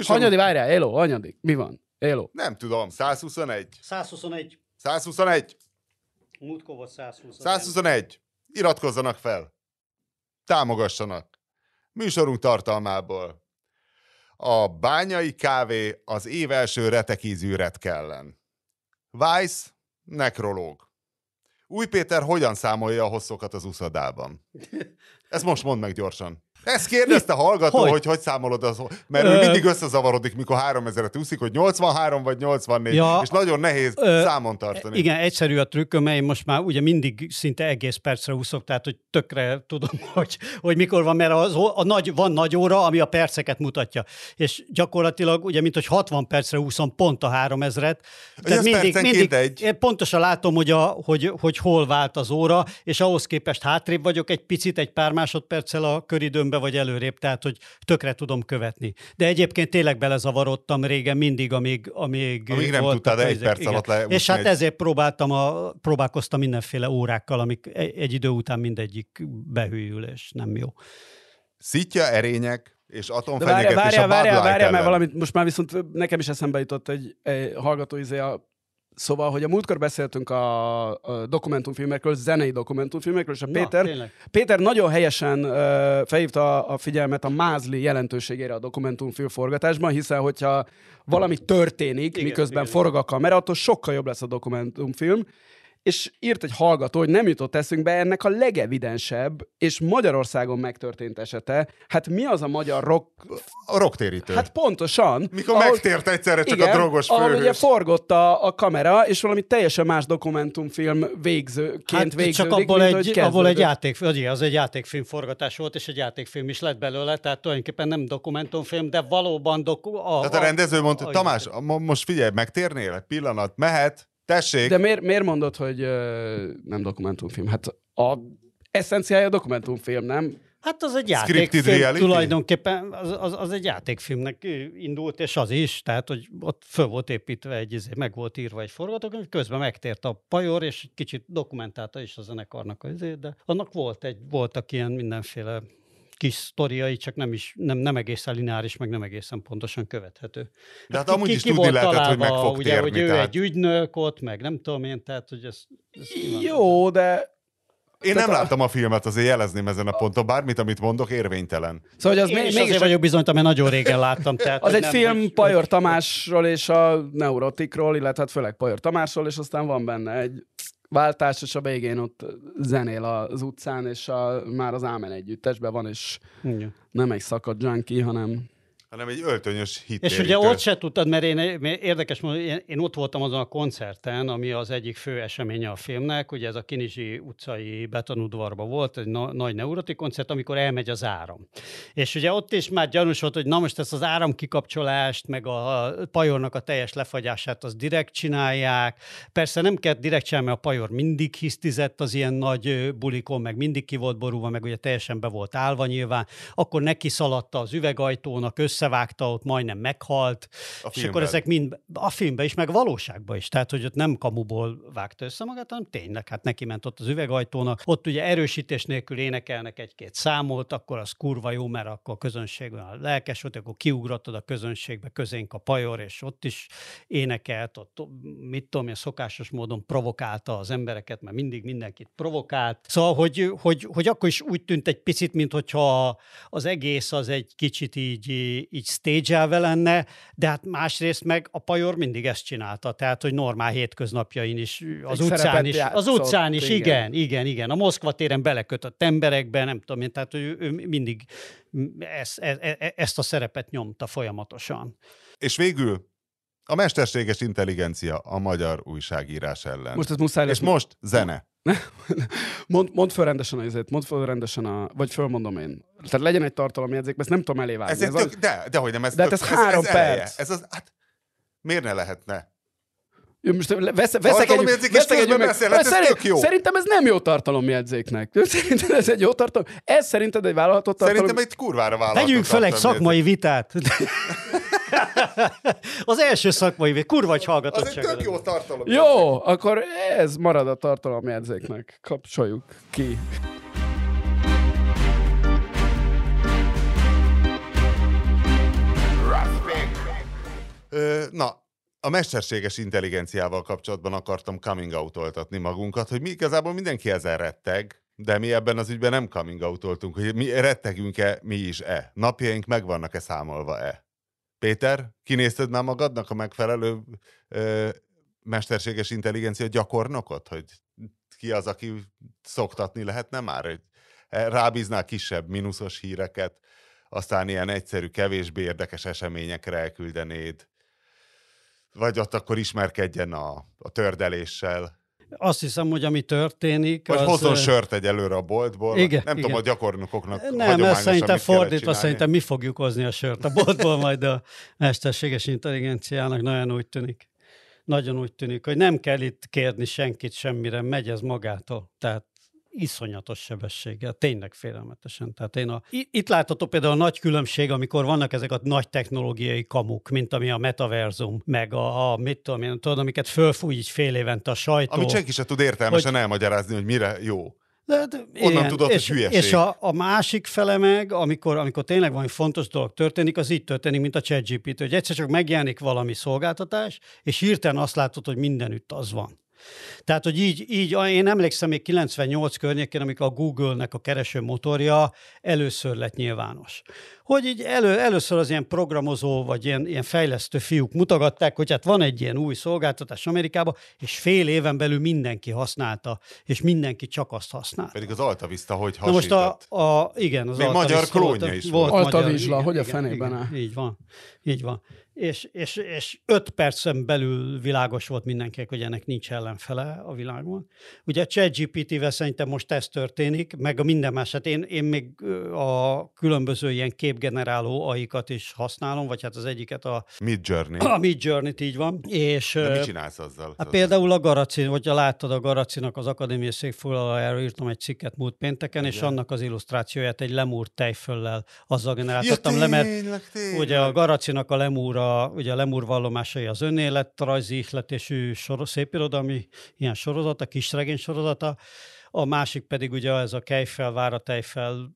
Hanyadik, várjál, Éló, hanyadik. Mi van? Éló. Nem tudom, 121. 121. 121. Múltkor volt 120. 121. Iratkozzanak fel. Támogassanak. Műsorunk tartalmából. A bányai kávé az év első retekízű retkellen. Weiss, nekrológ. Új Péter hogyan számolja a hosszokat az uszodában? Ezt most mondd meg gyorsan. Ezt kérdezte hallgató, hogy számolod az... Mert ő mindig összezavarodik, mikor 3000-et úszik, hogy 83 vagy 84, és nagyon nehéz számon tartani. Igen, egyszerű a trükköm, mert én most már ugye mindig szinte egész percre úszok, tehát hogy tökre tudom, hogy mikor van, mert van nagy óra, ami a perceket mutatja. És gyakorlatilag ugye, mint hogy 60 percre úszom pont a 3000-et. Tehát mindig pontosan látom, hogy hol vált az óra, és ahhoz képest hátrébb vagyok egy picit, egy pár másodperccel a köridőmbe, vagy előrébb, tehát hogy tökre tudom követni. De egyébként tényleg belezavarodtam régen mindig, amíg nem tudtad egy perc alatt leúszni. És hát ezért próbálkoztam mindenféle órákkal, amik egy idő után mindegyik behűl, és nem jó. Szitja, erények és atomfenyegetés a Bud Light ellen. Mert valamit most már viszont nekem is eszembe jutott egy hallgató Szóval, hogy a múltkor beszéltünk a dokumentumfilmekről, zenei dokumentumfilmekről, és a Péter nagyon helyesen felhívta a figyelmet a mázli jelentőségére a dokumentumfilm forgatásban, hiszen hogyha valami történik, miközben forog a kamera, attól sokkal jobb lesz a dokumentumfilm. És írt egy hallgató, hogy nem jutott eszünkbe ennek a legevidensebb és Magyarországon megtörtént esete. Hát mi az a magyar rock... A rocktérítő. Hát pontosan. Mikor megtért egyszerre csak a drogos főhős. Ahol ugye forgott a kamera, és valami teljesen más dokumentumfilm végződik. Csak abból egy játékfilm forgatás volt, és egy játékfilm is lett belőle, tehát tulajdonképpen nem dokumentumfilm, de valóban Tehát a rendező mondta, Tamás, most figyelj, megtérnél? Egy pillanat, mehet. Tessék. De miért mondod, hogy nem dokumentumfilm? Hát a eszenciája a dokumentumfilm, nem? Hát az egy játékfilm, tulajdonképpen az egy játékfilmnek indult, és az is, tehát hogy ott föl volt építve, meg volt írva egy forgatókönyv, közben megtért a pajor, és kicsit dokumentálta is a zenekarnak azért, de annak voltak ilyen mindenféle kis sztoriai, csak nem egészen lineáris, meg nem egészen pontosan követhető. De hát amúgy is tudni lehetett, hogy meg fog ugye, térni. Hogy ő egy ügynök ott, meg nem tudom én, tehát hogy ez jó, de... Én nem láttam a filmet, azért jelezném ezen a ponton, bármit, amit mondok, érvénytelen. Szóval, hogy az én is azért vagyok bizonytalan, mert nagyon régen láttam. Tehát, az egy film Pajor Tamásról és a Neurotikról, illetve hát főleg Pajor Tamásról, és aztán van benne egy váltás, és a végén ott zenél az utcán, és már az Ámen együttesben van, és nem egy szakadt junkie, hanem egy öltönyös hittérítő. És ugye ott se tudtad, mert érdekes módon, én ott voltam azon a koncerten, ami az egyik fő eseménye a filmnek, ugye ez a Kinizsi utcai betonudvarban volt, egy nagy Neurotik koncert, amikor elmegy az áram. És ugye ott is már gyanús volt, hogy na most ezt az áramkikapcsolást, meg a pajornak a teljes lefagyását az direkt csinálják. Persze nem kell direkt csinálni, mert a pajor mindig hisztizett az ilyen nagy bulikon, meg mindig ki volt borulva, meg ugye teljesen be volt állva nyilván. Akkor neki szaladta az üvegajtónak, összevágta, ott majdnem meghalt, és akkor ezek mind a filmben is, meg valóságban is. Tehát, hogy ott nem kamuból vágta össze magát, hanem tényleg, hát neki ment ott az üvegajtónak. Ott ugye erősítés nélkül énekelnek egy-két számot, akkor az kurva jó, mert akkor a közönség olyan lelkes volt, akkor kiugrottad a közönségbe, közénk a pajor, és ott is énekelt, ott mit tudom én, szokásos módon provokálta az embereket, mert mindig mindenkit provokált. Szóval, hogy akkor is úgy tűnt egy picit, minthogyha az egész az egy kicsit így stage-elve lenne, de hát másrészt meg a pajor mindig ezt csinálta, tehát, hogy normál hétköznapjain is, az utcán is, igen. A Moszkva téren belekötött emberekbe, nem tudom én, tehát ő mindig ezt a szerepet nyomta folyamatosan. És végül a mesterséges intelligencia a magyar újságírás ellen. Most ez muszáj lesz. És most zene. Mondd föl rendesen vagy fölmondom én. Tehát legyen egy tartalomjegyzék, mert ezt nem tudom elévágni. Dehogy nem. De ez 3 perc. Hát, miért ne lehetne? Most Szerintem ez nem jó tartalomjegyzéknek. Szerinted ez egy jó tartalom? Ez szerinted egy vállalható tartalom? Szerintem egy kurvára vállalható. Vegyünk fel egy szakmai vitát. Az első szakmai vitát. Kurva, hogy hallgatottság. Az egy tök jó tartalom. Jó, akkor ez marad a tartalomjegyzéknek. Kapcsoljuk ki. Respect. Na, a mesterséges intelligenciával kapcsolatban akartam coming out-oltatni magunkat, hogy mi igazából mindenki ezen retteg, de mi ebben az ügyben nem coming out-oltunk, hogy mi rettegünk-e, mi is-e. Napjaink meg vannak-e számolva-e. Péter, kinézted már magadnak a megfelelő mesterséges intelligencia gyakornokot, hogy ki az, aki szoktatni lehetne már, hogy rábíznál kisebb, mínuszos híreket, aztán ilyen egyszerű, kevésbé érdekes eseményekre elküldenéd, vagy ott akkor ismerkedjen a tördeléssel. Azt hiszem, hogy ami történik... Vagy hozzon sört egyelőre a boltból. Igen, nem tudom, a gyakornokoknak nem, ezt szerintem fordítva, szerintem mi fogjuk hozni a sört a boltból, majd a mesterséges intelligenciának nagyon úgy tűnik. Nagyon úgy tűnik, hogy nem kell itt kérni senkit semmire, megy ez magától. Tehát iszonyatos sebességgel, tényleg félelmetesen. Tehát itt látható például a nagy különbség, amikor vannak ezek a nagy technológiai kamuk, mint ami a metaverzum, meg mit tudom én, tudod, amiket fölfúj így fél évente a sajtó. Amit senki sem tud értelmesen elmagyarázni, hogy mire jó. Onnan igen, tudod, hogy hülyeség. És a másik fele meg, amikor tényleg valami fontos dolog történik, az így történik, mint a ChatGPT, hogy egyszer csak megjelenik valami szolgáltatás, és hirtelen azt látod, hogy mindenütt az van. Tehát, hogy így én emlékszem még 98 környékén, amikor a Google-nek a kereső motorja először lett nyilvános. Hogy így először az ilyen programozó, vagy ilyen fejlesztő fiúk mutogatták, hogy hát van egy ilyen új szolgáltatás Amerikában, és fél éven belül mindenki használta, és mindenki csak azt használta. Pedig az Alta Vista hogy hasított? Igen, az még Alta magyar Vista klónja is volt. Alta Vizsla, hogy a fenében áll. Így van. És 5 percen belül világos volt mindenkinek, hogy ennek nincs ellenfele a világon. Ugye a ChatGPT-vel szerintem most ez történik, meg a minden más. Hát én még a különböző ilyen képgeneráló AI-kat is használom, vagy hát az egyiket a Midjourney-t, így van. És, de mit csinálsz azzal? Hát például a Garaci, hogyha láttad a Garacinak az akadémiai székfoglalójáról, írtam egy cikket múlt pénteken, és annak az illusztrációját egy lemúr tejföllel azzal generáltattam le, mert ugye a Garacinak a lemúra, ugye a lemúr vallomásai az önéletrajzi ihletésű szépirodalmi ilyen sorozata, kisregény sorozata, a másik pedig ugye ez a Kejfel, Vára Tejfel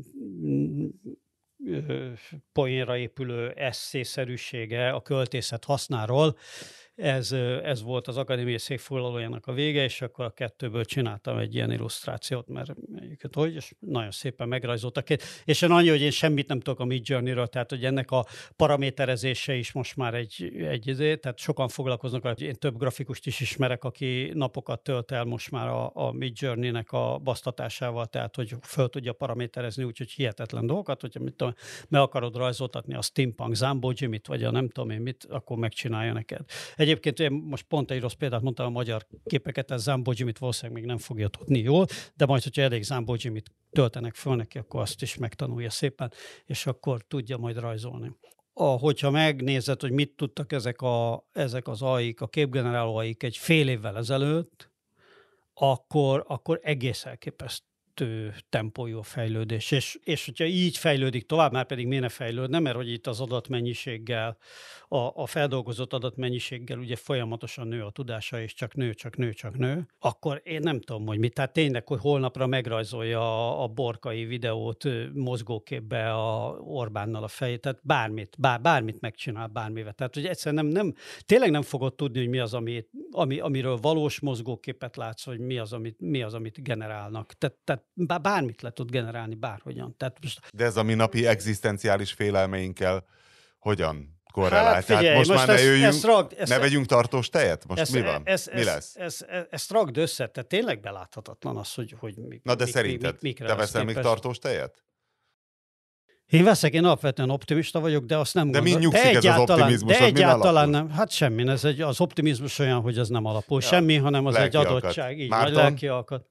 poénra épülő esszészerűsége a költészet hasznáról. Ez volt az akadémiai székfoglalójának a vége, és akkor a kettőből csináltam egy ilyen illusztrációt, mert és nagyon szépen megrajzoltak. És annyi, hogy én semmit nem tudok a Midjourney-ről, tehát hogy ennek a paraméterezése is most már tehát sokan foglalkoznak, én több grafikust is ismerek, aki napokat tölt el most már a Midjourney-nek a basztatásával, tehát hogy föl tudja paraméterezni, úgyhogy hihetetlen dolgokat, hogyha mit tudom, meg akarod rajzoltatni a steampunk Zambó Jimmy-t, vagy a nem tudom én mit, akkor megcsinálja neked. Egyébként én most pont egy rossz példát mondtam, a magyar képeket, ez Zambó Jimmy-t valószínűleg még nem fogja tudni jól, de majd, hogyha elég Zambó Jimmy-t töltenek föl neki, akkor azt is megtanulja szépen, és akkor tudja majd rajzolni. Hogyha megnézed, hogy mit tudtak ezek az AI-k, a képgeneráló AI-k egy fél évvel ezelőtt, akkor egész elképesztő tempójú a fejlődés. És hogyha így fejlődik tovább, már pedig miért ne fejlődne, mert hogy itt az adatmennyiséggel, a feldolgozott adatmennyiséggel ugye folyamatosan nő a tudása, és csak nő, akkor én nem tudom, hogy mit. Tehát tényleg, hogy holnapra megrajzolja a borkai videót mozgóképbe a Orbánnal a fejét, tehát bármit megcsinál, bármivel. Tehát, hogy egyszerűen tényleg nem fogod tudni, hogy mi az, amiről valós mozgóképet látsz, hogy mi az, amit generálnak. Tehát bármit le tud generálni, bárhogyan. De ez a mi napi egzisztenciális félelmeinkkel hogyan korrelál? Hát figyelj, most már ne jöjjünk, ne vegyünk tartós tejet? Most mi van? Mi lesz? Ezt ragd össze, tehát tényleg beláthatatlan az, hogy na de szerinted te veszel még tartós tejet? Én veszek, én alapvetően optimista vagyok, de azt nem gondolom. De mi nyugszik ez az optimizmus? De egyáltalán nem. Hát semmi. Az optimizmus olyan, hogy ez nem alapul. Semmi, hanem az egy adottság. Így, vagy lelki alkat.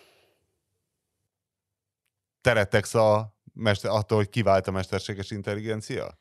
Te rettegsz attól, hogy kivált a mesterséges intelligencia?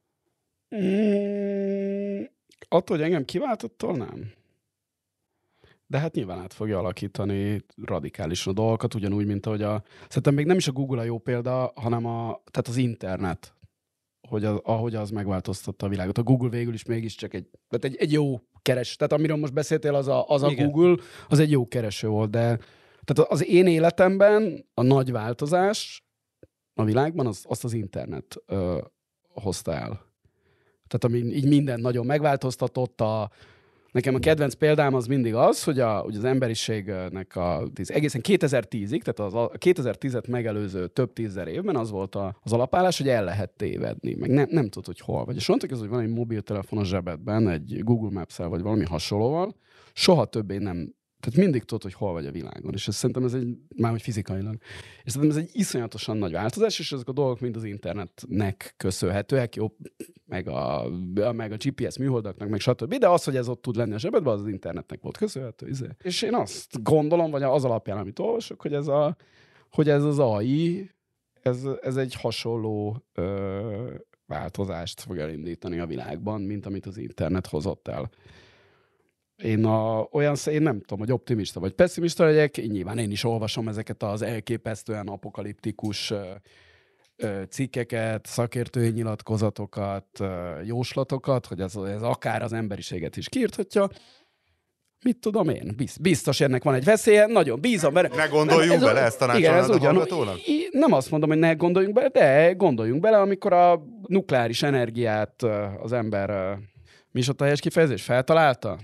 Attól, hogy engem kiváltottól nem. De hát nyilván át fogja alakítani radikálisan a dolgokat, ugyanúgy, mint ahogy szerintem még nem is a Google a jó példa, hanem tehát az internet, ahogy az megváltoztatta a világot. A Google végül is mégiscsak egy jó kereső. Tehát amiről most beszéltél, az a Google, az egy jó kereső volt, de tehát az én életemben a nagy változás a világban azt az internet hozta el. Tehát ami így minden nagyon megváltoztatott. Nekem a kedvenc példám az mindig az, hogy az emberiségnek egészen 2010-ig, tehát a 2010-et megelőző több tízzer évben az volt az alapállás, hogy el lehet tévedni, meg nem tudod, hogy hol vagy. És mondták, hogy van egy mobiltelefon a zsebedben, egy Google Maps-el, vagy valami hasonlóval, soha többé nem. Tehát mindig tudod, hogy hol vagy a világon. És szerintem ez márhogy fizikailag. És szerintem ez egy iszonyatosan nagy változás, és ezek a dolgok mind az internetnek köszönhetőek, jó, meg a GPS műholdaknak, meg stb. De az, hogy ez ott tud lenni a zsebedben, az internetnek volt köszönhető. És én azt gondolom, vagy az alapján, amit olvasok, hogy ez az AI, ez egy hasonló változást fog elindítani a világban, mint amit az internet hozott el. Én nem tudom, hogy optimista vagy pessimista legyek, nyilván én is olvasom ezeket az elképesztően apokaliptikus cikkeket, szakértői nyilatkozatokat, jóslatokat, hogy ez akár az emberiséget is kiirthatja. Mit tudom én? Biztos ennek van egy veszélye, nagyon bízom bele. Ne gondoljunk bele, ezt tanácsolnád a hallgatónak? Nem azt mondom, hogy ne gondoljunk bele, de gondoljunk bele, amikor a nukleáris energiát az ember, mi is ott a helyes kifejezés, feltalálta?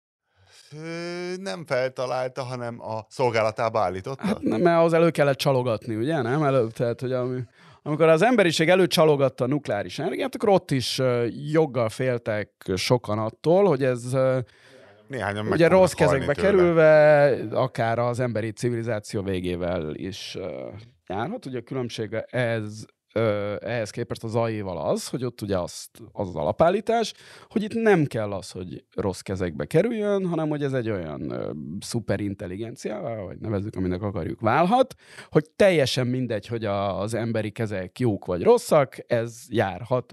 Nem feltalálta, hanem a szolgálatába állította? Hát nem, mert ahhoz elő kellett csalogatni, ugye? Nem előbb, tehát, hogy amikor az emberiség előcsalogatta a nukleáris energiát, akkor ott is joggal féltek sokan attól, hogy ez ugye rossz kezekbe kerülve, akár az emberi civilizáció végével is járhat. Ugye a különbség ehhez képest az AI-val az, hogy ott ugye az alapállítás, hogy itt nem kell az, hogy rossz kezekbe kerüljön, hanem hogy ez egy olyan szuperintelligenciával, vagy nevezzük, aminek akarjuk, válhat, hogy teljesen mindegy, hogy az emberi kezek jók vagy rosszak, ez járhat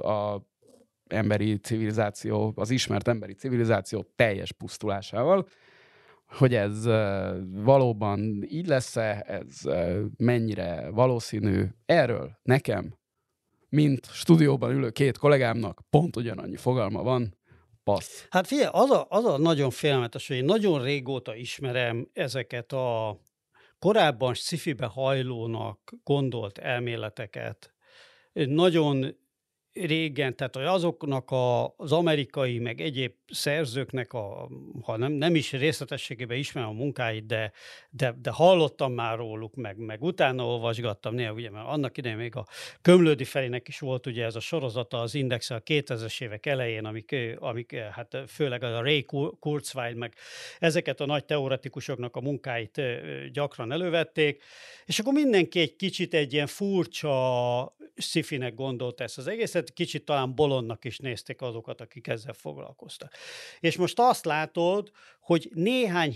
az ismert emberi civilizáció teljes pusztulásával. Hogy ez valóban így lesz-e, ez mennyire valószínű, erről nekem, mint stúdióban ülő két kollégámnak pont ugyanannyi fogalma van, passz. Hát figyelj, az a nagyon félelmetes, hogy én nagyon régóta ismerem ezeket a korábban sci-fibe hajlónak gondolt elméleteket. Nagyon régen, tehát azoknak az amerikai, meg egyéb szerzőknek, ha nem is részletességében ismerem a munkáit, de hallottam már róluk, meg utána olvasgattam néha, ugye, mert annak idején még a Komlődy Ferének is volt ugye ez a sorozata az Indexen a 2000-es évek elején, amik hát főleg a Ray Kurzweil, meg ezeket a nagy teoretikusoknak a munkáit gyakran elővették, és akkor mindenki egy kicsit egy ilyen furcsa sci-finek gondolt ezt az egészet, kicsit talán bolondnak is nézték azokat, akik ezzel foglalkoztak. És most azt látod, hogy néhány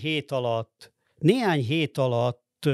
hét alatt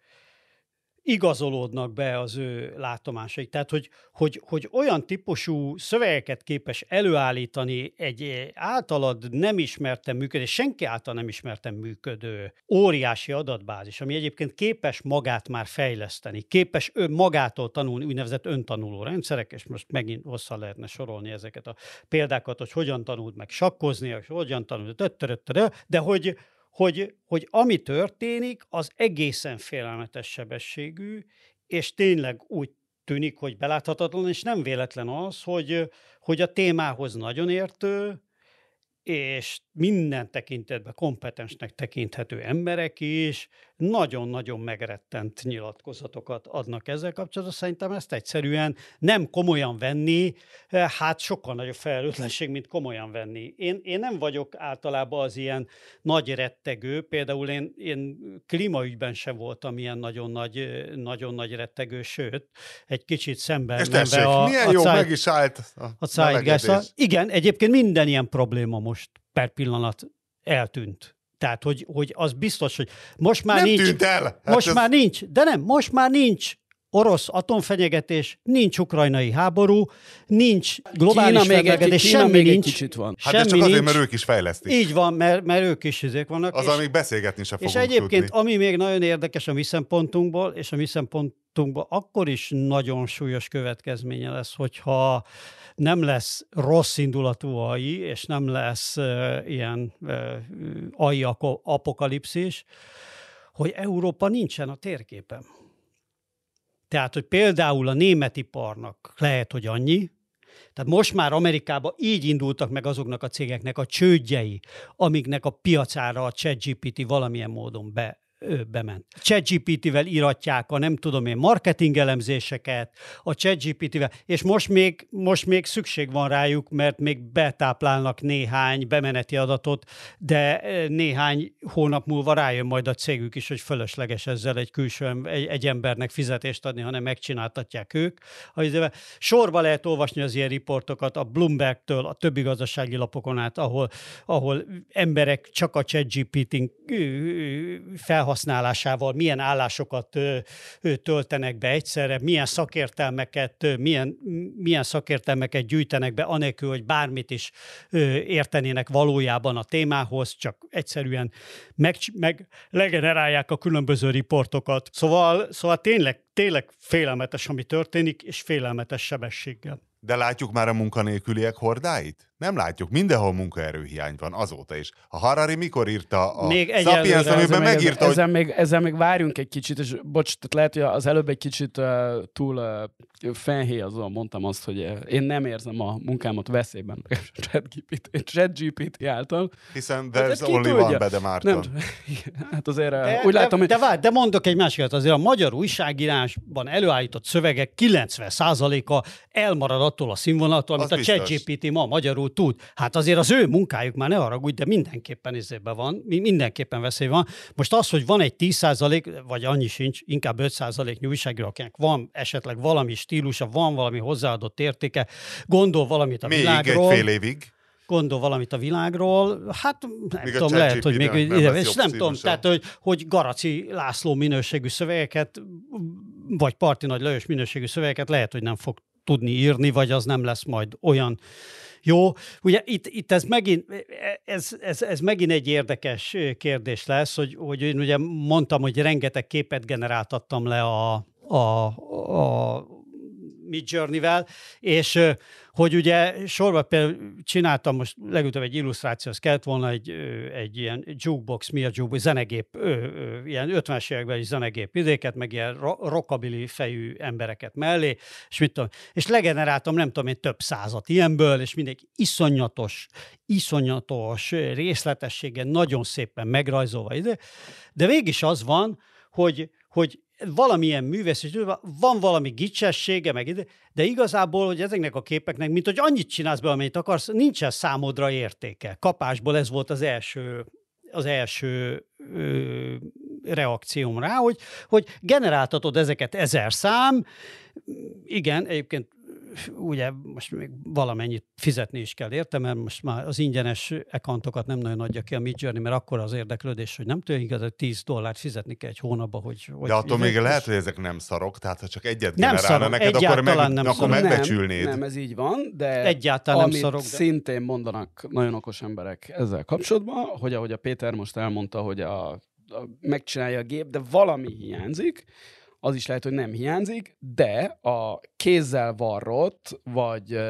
igazolódnak be az ő látomásaik. Tehát, hogy olyan típusú szövegeket képes előállítani egy általad nem ismerten működő, senki által nem ismerten működő óriási adatbázis, ami egyébként képes magát már fejleszteni, képes magától tanulni, úgynevezett öntanuló rendszerek, és most megint hosszan lehetne sorolni ezeket a példákat, hogy hogyan tanult meg sakkozni, hogy hogyan tanult, de hogy ami történik, az egészen félelmetes sebességű, és tényleg úgy tűnik, hogy beláthatatlan, és nem véletlen az, hogy a témához nagyon értő, és minden tekintetben kompetensnek tekinthető emberek is nagyon-nagyon megrettent nyilatkozatokat adnak ezzel kapcsolatban. Szerintem ezt egyszerűen nem komolyan venni, hát sokkal nagyobb felelőtlenség, mint komolyan venni. Én nem vagyok általában az ilyen nagy rettegő, például én klímaügyben sem voltam ilyen nagyon nagy rettegő, sőt, egy kicsit szemben menve milyen jó meg is állt a zeitgeist. Igen, egyébként minden ilyen probléma most per pillanat eltűnt. Tehát, hogy az biztos, hogy most már nem nincs. Tűnt el. Hát most már nincs orosz atomfenyegetés, nincs ukrajnai háború, nincs globális felmelegedés, semmi nincs. Kicsit van. Hát ez csak azért, mert ők is fejlesztik. Így van, mert ők is ezek vannak. Az, amíg beszélgetni sem fogunk És egyébként, tudni. ami még nagyon érdekes a mi szempontunkból, és a mi szempontunkból akkor is nagyon súlyos következménye lesz, hogyha nem lesz rossz indulatú AI, és nem lesz ilyen AI apokalipszis, hogy Európa nincsen a térképen. Tehát, hogy például a német iparnak lehet, hogy annyi, Tehát most már Amerikában így indultak meg azoknak a cégeknek a csődjei, amiknek a piacára a ChatGPT valamilyen módon bement. ChatGPT-vel íratják a nem tudom én marketing elemzéseket, a ChatGPT-vel, és most még szükség van rájuk, mert még betáplálnak néhány bemeneti adatot, de néhány hónap múlva rájön majd a cégük is, hogy fölösleges ezzel egy embernek fizetést adni, hanem megcsináltatják ők. Sorba lehet olvasni az ilyen riportokat a Bloomberg-től a többi gazdasági lapokon át, ahol emberek csak a ChatGPT-n felhasználásával milyen állásokat töltenek be egyszerre, milyen szakértelmeket gyűjtenek be, anélkül, hogy bármit is értenének valójában a témához, csak egyszerűen meg legenerálják a különböző riportokat. Szóval tényleg félelmetes, ami történik, és félelmetes sebességgel. De látjuk már a munkanélküliek hordáit? Nem látjuk. Mindenhol munkaerőhiány van azóta is. A Harari mikor írta a Sapiens, amiben megírta, hogy... Ezzel még várjunk egy kicsit, és bocs, tehát lehet, hogy az előbb egy kicsit túl felhéjazóan mondtam azt, hogy én nem érzem a munkámat veszélyben ChatGPT által. Hiszen there's only one Bede Márton. Hát azért úgy látom, hogy... De mondok egy másikat, azért a magyar újságírásban előállított szövegek 90%-a elmarad attól a színvonaltól, amit a ChatGPT ma magyarul tud. Hát azért az ő munkájuk már ne haragudj, de mindenképpen izében van, mindenképpen veszély van. Most az, hogy van egy 10%, vagy annyi sincs, inkább 5%-nyi újságíró, akinek van esetleg valami stílusa, van valami hozzáadott értéke, gondol valamit a világról. Még egy fél évig. Gondol valamit a világról, hát nem tudom, lehet, hogy még és nem tudom, tehát, hogy Garaci László minőségű szövegeket, vagy Parti Nagy Lajos minőségű szövegeket lehet, hogy nem fog tudni írni, vagy az nem lesz majd olyan jó. Ugye itt ez megint egy érdekes kérdés lesz, hogy én ugye mondtam, hogy rengeteg képet generáltattam le a Midjourney-vel, és hogy ugye sorban például csináltam most legutóbb egy illusztrációhoz kellett volna egy ilyen jukebox, mi a jukebox, zenegép, ilyen 50-es években is zenegép idéket, meg ilyen rockabilly fejű embereket mellé, és mit tudom, és legeneráltam nem tudom én több százat ilyenből, és mindenki iszonyatos részletességgel, nagyon szépen megrajzolva ide, de végig az van, hogy valamilyen művészet, van valami gicsessége, meg ide, de igazából, hogy ezeknek a képeknek, mint hogy annyit csinálsz be, amennyit akarsz, nincsen számodra értéke. Kapásból ez volt az első reakcióm rá, hogy generáltatod ezeket 1000 szám, igen, egyébként ugye most még valamennyit fizetni is kell érte, mert most már az ingyenes accountokat nem nagyon adja ki a Midjourney, mert akkor az érdeklődés, hogy nem tudom, igaz, hogy $10 fizetni kell egy hónapba, hogy de attól még lehet, hogy ezek nem szarok, tehát ha csak egyet generálna neked, akkor megbecsülnéd. Nem, ez így van, de egyáltalán nem szarok, szintén mondanak nagyon okos emberek ezzel kapcsolatban, hogy ahogy a Péter most elmondta, hogy megcsinálja a gép, de valami hiányzik, az is lehet, hogy nem hiányzik, de a kézzel varrott, vagy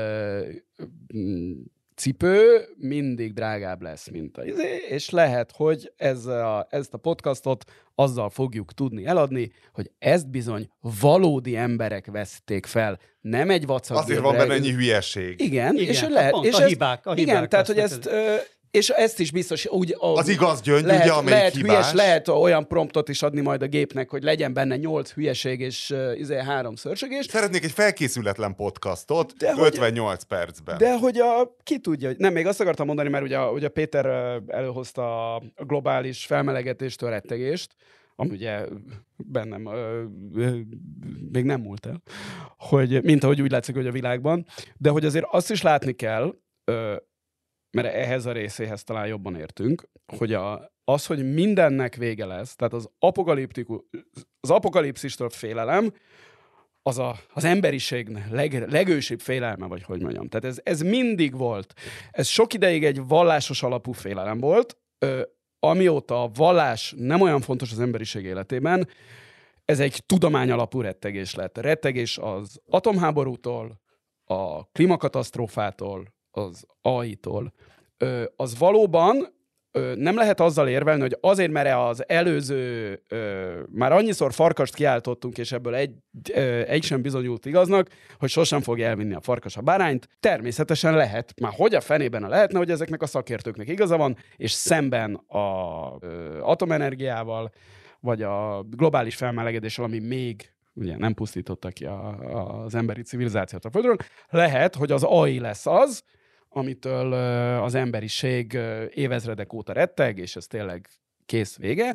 cipő mindig drágább lesz, mint és lehet, hogy ezt a podcastot azzal fogjuk tudni eladni, hogy ezt bizony valódi emberek veszték fel, nem egy vacak. Azért van benne ennyi hülyeség. Igen, és lehet. És a hibák igen, tehát, hogy ezt... És ezt is biztos, úgy... Az igaz gyöngy, ugye, amelyik hibás. Lehet olyan promptot is adni majd a gépnek, hogy legyen benne 8 hülyeség és 3 szörcsögés. Szeretnék egy felkészületlen podcastot 58 percben. De hogy ki tudja, nem, még azt akartam mondani, mert ugye Péter előhozta a globális felmelegedéstől rettegést, ami ugye bennem még nem múlt el, hogy, mint ahogy úgy látszik, hogy a világban, de hogy azért azt is látni kell, mert ehhez a részéhez talán jobban értünk, hogy hogy mindennek vége lesz, tehát az apokalipszistől félelem, az emberiség legősibb félelme, vagy hogy mondjam. Tehát ez mindig volt. Ez sok ideig egy vallásos alapú félelem volt, amióta a vallás nem olyan fontos az emberiség életében, ez egy tudomány alapú rettegés lett. Rettegés az atomháborútól, a klímakatasztrófától, az AI-tól. Az valóban nem lehet azzal érvelni, hogy azért, mert az előző, már annyiszor farkast kiáltottunk, és ebből egy sem bizonyult igaznak, hogy sosem fogja elvinni a farkas a bárányt. Természetesen lehet, már hogy a fenében lehetne, hogy ezeknek a szakértőknek igaza van, és szemben az atomenergiával, vagy a globális felmelegedéssel, ami még ugye nem pusztította ki az emberi civilizációt a Földről, lehet, hogy az AI lesz az, amitől az emberiség évezredek óta retteg, és ez tényleg kész vége.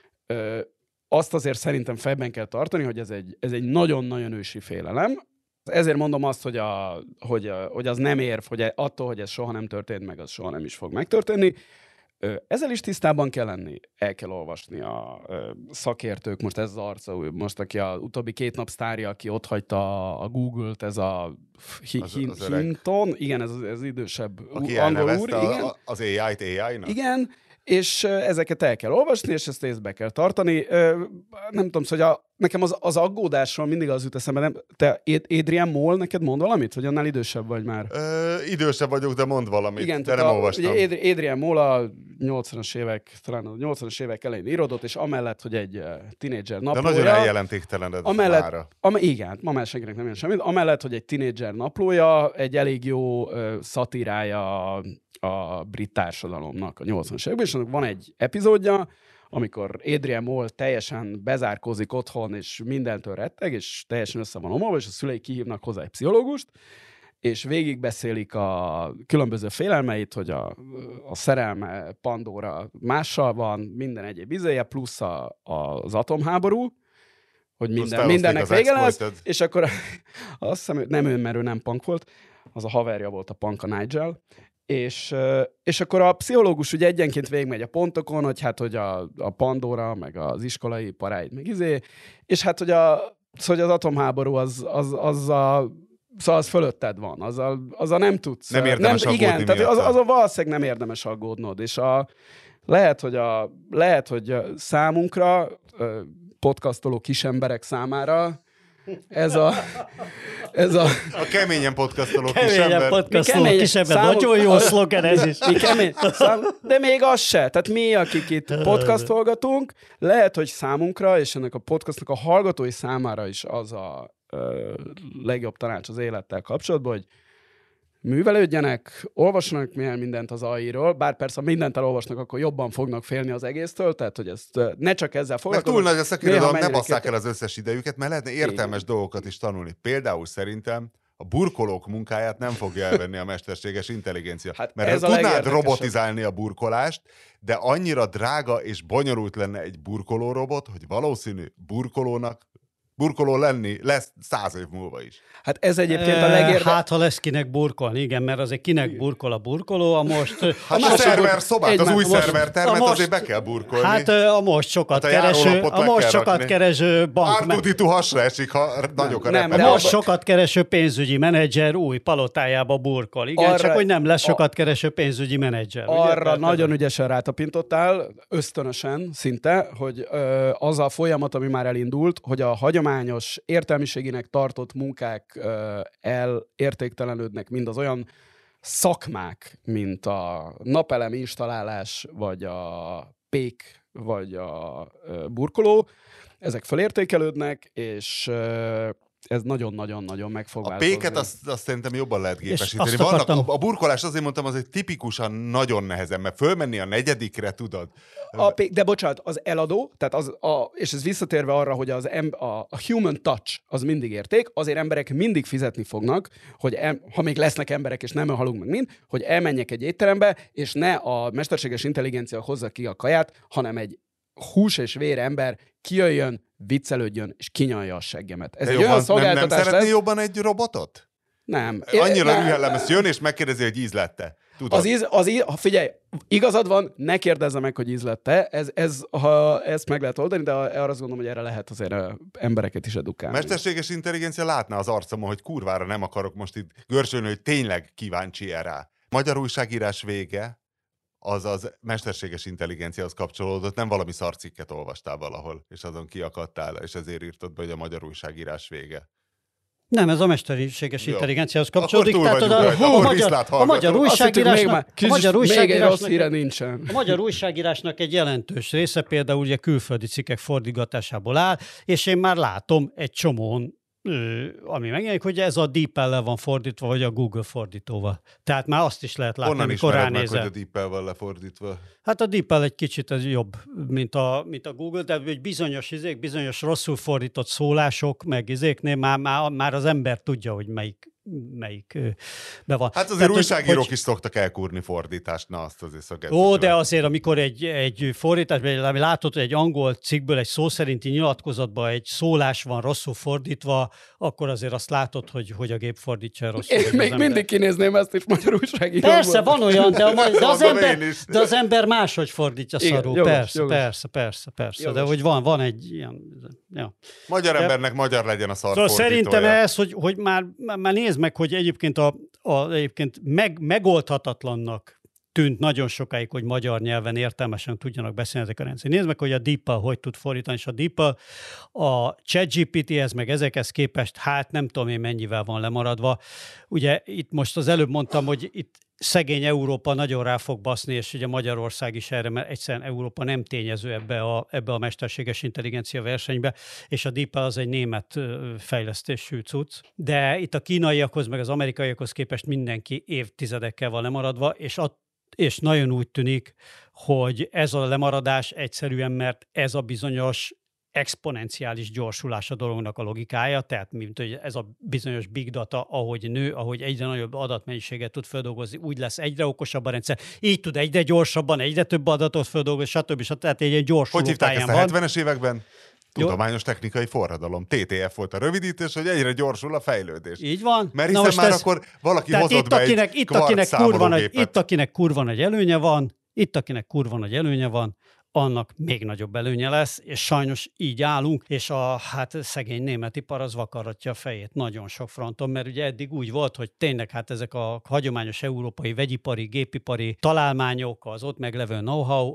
Azt azért szerintem fejben kell tartani, hogy ez egy nagyon-nagyon ősi félelem. Ezért mondom azt, hogy az nem érv, hogy attól, hogy ez soha nem történt meg, az soha nem is fog megtörténni. Ezzel is tisztában kell lenni, el kell olvasni a szakértők, most ez az arca, most aki az utóbbi 2 nap sztárja, aki otthagyta a Google-t, ez a Hinton, igen, ez idősebb aki angol úr, igen. Az AI-t AI-nak? Igen, és ezeket el kell olvasni, és ezt észbe kell tartani. Nem tudom, hogy nekem az aggódásról mindig az jut eszembe, nem? Te Adrian Mole neked mond valamit? Vagy annál idősebb vagy már? Idősebb vagyok, de mond valamit, igen, de nem olvastam. Ugye Adrian Mole a 80-as évek, talán a 80-as évek elején írodott, és amellett, hogy egy tínédzser naplója... De nagyon eljelentéktelened mára. Igen, ma már senkinek nem jön semmit. Amellett, hogy egy tínédzser naplója, egy elég jó szatírája a brit társadalomnak a 80-as években, és van egy epizódja, amikor Adrian Mole teljesen bezárkózik otthon, és mindentől retteg, és teljesen össze van omolva, és a szülei kihívnak hozzá egy pszichológust, és végigbeszélik a különböző félelmeit, hogy a szerelme Pandora mással van, minden egyéb izéje, plusz az atomháború, hogy mindennek vége lesz, és akkor azt hiszem, nem önmerő, nem punk volt, az a haverja volt a punk, a Nigel, és akkor a pszichológus ugye egyenként végigmegy a pontokon, hogy hát, hogy a Pandora, meg az iskolai paráid, meg és hát, hogy az atomháború az fölötted van, azzal nem tudsz. Nem érdemes aggódni. Igen, tehát azon valószínűleg nem érdemes aggódnod, és lehet, hogy számunkra, podcastoló kisemberek számára ez a keményen podcastoló kisember. Nagyon jó szlogen ez is. De még az se. Tehát mi, akik itt podcastolgatunk, lehet, hogy számunkra, és ennek a podcastnak a hallgatói számára is az a legjobb tanács az élettel kapcsolatban, hogy művelődjenek, olvassanak mindent az AI-ról, bár persze, ha mindent elolvasnak, akkor jobban fognak félni az egésztől, tehát hogy ezt ne csak ezzel foglalkozunk. Mert túl nagy a szakirodalom, ne basszák el az összes idejüket, mert lehetne értelmes dolgokat is tanulni. Például szerintem a burkolók munkáját nem fogja elvenni a mesterséges intelligencia. Hát mert tudnád robotizálni a burkolást, de annyira drága és bonyolult lenne egy burkoló robot, hogy valószínű burkoló lenni lesz 100 év múlva is. Hát ez egyébként a legérdekesebb. Hát, ha lesz kinek burkolni, igen, mert azért kinek burkol a burkoló, a most... Hát a szerver szobát, az új szervertermet azért be kell burkolni. Hát a most sokat kereső bank... Ártuditu hasra esik, ha nagyok a repedés. Most sokat kereső pénzügyi menedzser új palotájába burkol. Igen, csak hogy nem lesz sokat kereső pénzügyi menedzser. Arra nagyon ügyesen rátapintottál, ösztönösen szinte, hogy az a folyamat, ami már elindult, hogy a hagyományos értelmiséginek tartott munkák elértéktelenődnek, mind az olyan szakmák, mint a napelem installálás, vagy a pék, vagy a burkoló, ezek felértékelődnek, és ez nagyon-nagyon-nagyon meg fog változni. A péket azt szerintem jobban lehet gépesíteni. A burkolás azért mondtam, az egy tipikusan nagyon nehezen, mert fölmenni a 4. tudod. De bocsánat, az eladó, tehát és ez visszatérve arra, hogy a human touch az mindig érték, azért emberek mindig fizetni fognak, hogy ha még lesznek emberek, és nem halunk meg mind, hogy elmenjek egy étterembe, és ne a mesterséges intelligencia hozza ki a kaját, hanem egy hús és vér ember kijöjjön, viccelődjön, és kinyalja a seggemet. Ez egy olyan szolgáltatás nem szeretné jobban egy robotot? Nem. Annyira rühellem, jön és megkérdezi, hogy íz lett-e. Figyelj, igazad van, ne kérdezze meg, hogy íz lett-e. Ha ezt meg lehet oldani, de arra azt gondolom, hogy erre lehet azért embereket is edukálni. Mesterséges intelligencia látná az arcomon, hogy kurvára nem akarok most itt görcsölni, hogy tényleg kíváncsi rá. Magyar újságírás vége, az mesterséges intelligenciához kapcsolódott, nem valami szarcikket olvastál valahol, és azon kiakadtál, és ezért írtad be, hogy a magyar újságírás vége. Nem, ez a mesterséges intelligenciához kapcsolódik. Tehát a magyar újságírásnak egy jelentős része például ugye külföldi cikkek fordítgatásából áll, és én már látom egy csomón, ami megjelenik, hogy ez a DeepL-lel van fordítva, vagy a Google fordítóval. Tehát már azt is lehet látni, amikor ránézel. Honnan ismered meg, hogy a DeepL van lefordítva? Hát a DeepL egy kicsit ez jobb, mint a Google, de hogy bizonyos rosszul fordított szólások, meg izéknél már az ember tudja, hogy melyik be van. Hát azért újságírók is szoktak elkúrni fordítást, na azt azért szögezni. Ó, de azért, amikor egy fordításban, látod, hogy egy angol cikkből egy szó szerinti nyilatkozatban egy szólás van rosszul fordítva, akkor azért azt látod, hogy a gép fordítsa rosszul. Én még mindig kinézném ezt is magyar újságíróból. Persze, van olyan, de az ember máshogy fordítja szarul. Jogos. Persze. Jogos. De hogy van egy ilyen... Ja. Magyar embernek magyar legyen a szarfordítója. Szóval szerintem ez, hogy már nézd meg, hogy egyébként egyébként megoldhatatlannak tűnt nagyon sokáig, hogy magyar nyelven értelmesen tudjanak beszélni ezek a rendszerek. Nézd meg, hogy a DeepL hogy tud fordítani, és a DeepL a ChatGPT-hez meg ezekhez képest, hát nem tudom én mennyivel van lemaradva. Ugye itt most az előbb mondtam, hogy itt szegény Európa nagyon rá fog baszni, és ugye Magyarország is erre, mert egyszerűen Európa nem tényező ebbe a mesterséges intelligencia versenybe, és a DeepL az egy német fejlesztésű cucc. De itt a kínaiakhoz, meg az amerikaiakhoz képest mindenki évtizedekkel van lemaradva, és nagyon úgy tűnik, hogy ez a lemaradás egyszerűen, mert ez a bizonyos exponenciális gyorsulás a dolognak a logikája, tehát mint hogy ez a bizonyos big data, ahogy nő, ahogy egyre nagyobb adatmennyiséget tud feldolgozni, úgy lesz egyre okosabb a rendszer, így tud egyre gyorsabban, egyre több adatot feldolgozni, stb. Tehát egy gyorsuló pályán van. Hogy hívták ezt a 70-es években? Tudományos technikai forradalom. TTF volt a rövidítés, hogy egyre gyorsul a fejlődés. Így van. Mert hiszen már akkor valaki hozott be egy kvartszámológépet. Itt akinek kurva nagy előnye van, annak még nagyobb előnye lesz, és sajnos így állunk, és a szegény német ipar az vakarratja a fejét nagyon sok fronton, mert ugye eddig úgy volt, hogy tényleg ezek a hagyományos európai vegyipari, gépipari találmányok, az ott meglevő know-how,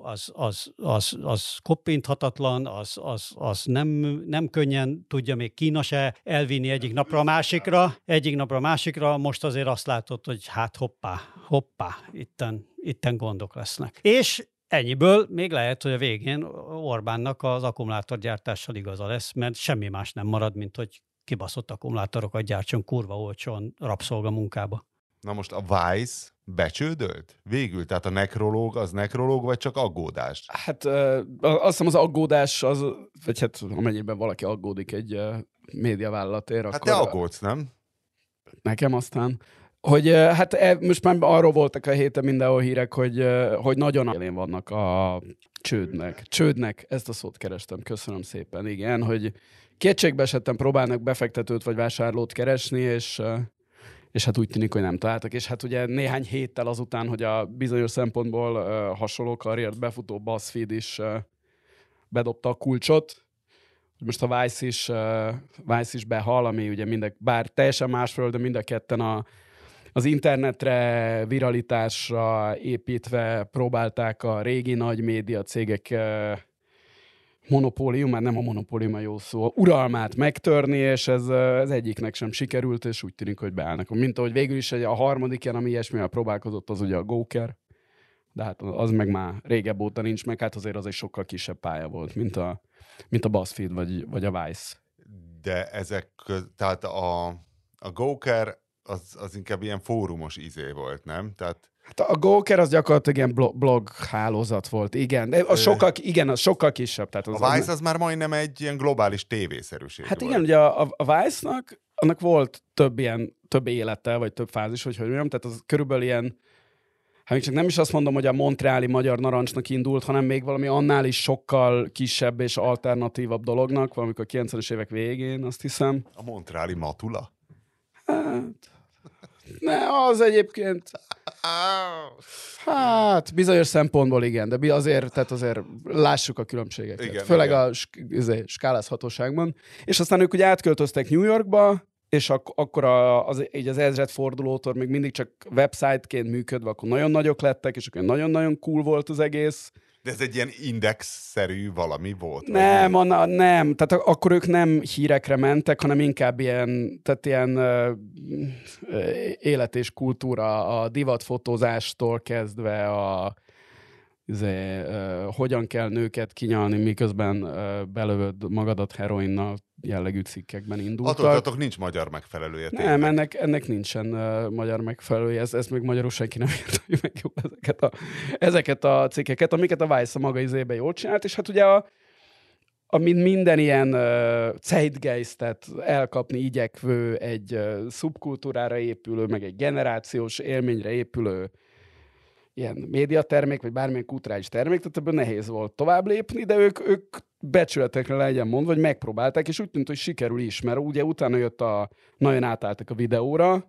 az koppinthatatlan, az nem könnyen tudja még Kína se elvinni egyik napra a másikra, most azért azt látod, hogy hoppá, itten gondok lesznek. És ennyiből még lehet, hogy a végén Orbánnak az akkumulátorgyártással igaza lesz, mert semmi más nem marad, mint hogy kibaszott akkumulátorokat gyártson kurva olcsón rabszolgamunkába. Na most a Vice becsődölt? Végül, tehát a nekrológ, vagy csak aggódás? Hát azt hiszem az aggódás az, vagy hát amennyiben valaki aggódik egy médiavállalatért, hát akkor... te aggódsz, nem? Nekem aztán... Hogy hát most már arról voltak a héten mindenhol hírek, hogy nagyon élén vannak a csődnek, ezt a szót kerestem, köszönöm szépen, igen, hogy kétségbe esettem próbálnak befektetőt vagy vásárlót keresni, és hát úgy tűnik, hogy nem találtak, és hát ugye néhány héttel azután, hogy a bizonyos szempontból hasonló karriert befutó BuzzFeed is bedobta a kulcsot, most a Vice is behal, ami ugye bár teljesen másról, de mind a ketten az internetre, viralitásra építve próbálták a régi nagy média cégek monopólium, már nem a monopólium a jó szó, uralmát megtörni, és ez egyiknek sem sikerült, és úgy tűnik, hogy beállnak. Mint ahogy végül is a harmadik ilyen, ami ilyesmivel próbálkozott, az ugye a Gawker, de hát az meg már régebb óta nincs meg, hát azért az egy sokkal kisebb pálya volt, mint a BuzzFeed vagy a Vice. De tehát a Gawker az inkább ilyen fórumos izé volt, nem? Tehát... Hát a Gawker az gyakorlatilag ilyen blog hálózat volt, igen. De az sokkal kisebb. Tehát a Vice az már majdnem egy ilyen globális tévészerűség hát volt. Igen, ugye a Vice-nak annak volt több élete, vagy több fázis, hogy mondjam, tehát az körülbelül ilyen, hát csak nem is azt mondom, hogy a montreali Magyar Narancsnak indult, hanem még valami annál is sokkal kisebb és alternatívabb dolognak, valamikor a 90-es évek végén, azt hiszem. A montreali Matula? Az egyébként... Hát, bizonyos szempontból igen, de azért lássuk a különbségeket. Igen, főleg igen. A skálázhatóságban. És aztán ők ugye átköltöztek New Yorkba, és akkor így az ezredfordulótól még mindig csak website-ként működve, akkor nagyon nagyok lettek, és akkor nagyon-nagyon cool volt az egész. De ez egy ilyen index-szerű valami volt? Nem, nem. Tehát akkor ők nem hírekre mentek, hanem inkább ilyen élet és kultúra, a divatfotózástól kezdve hogyan kell nőket kinyalni, miközben belövöd magadat heroinnal jellegű cikkekben indultak. Attól nincs magyar megfelelője. Nem, ennek nincsen magyar megfelelője. Ezt még magyarul senki nem érteni meg jól ezeket a cikkeket, amiket a Vice a maga izében jól csinált, és hát ugye mint minden ilyen zeitgeistet elkapni igyekvő, egy szubkultúrára épülő, meg egy generációs élményre épülő ilyen médiatermék, vagy bármilyen kulturális termék, tehát ebből nehéz volt tovább lépni, de ők becsületekre legyen mondva, hogy megpróbálták, és úgy tűnt, hogy sikerül is, mert ugye utána nagyon átálltak a videóra,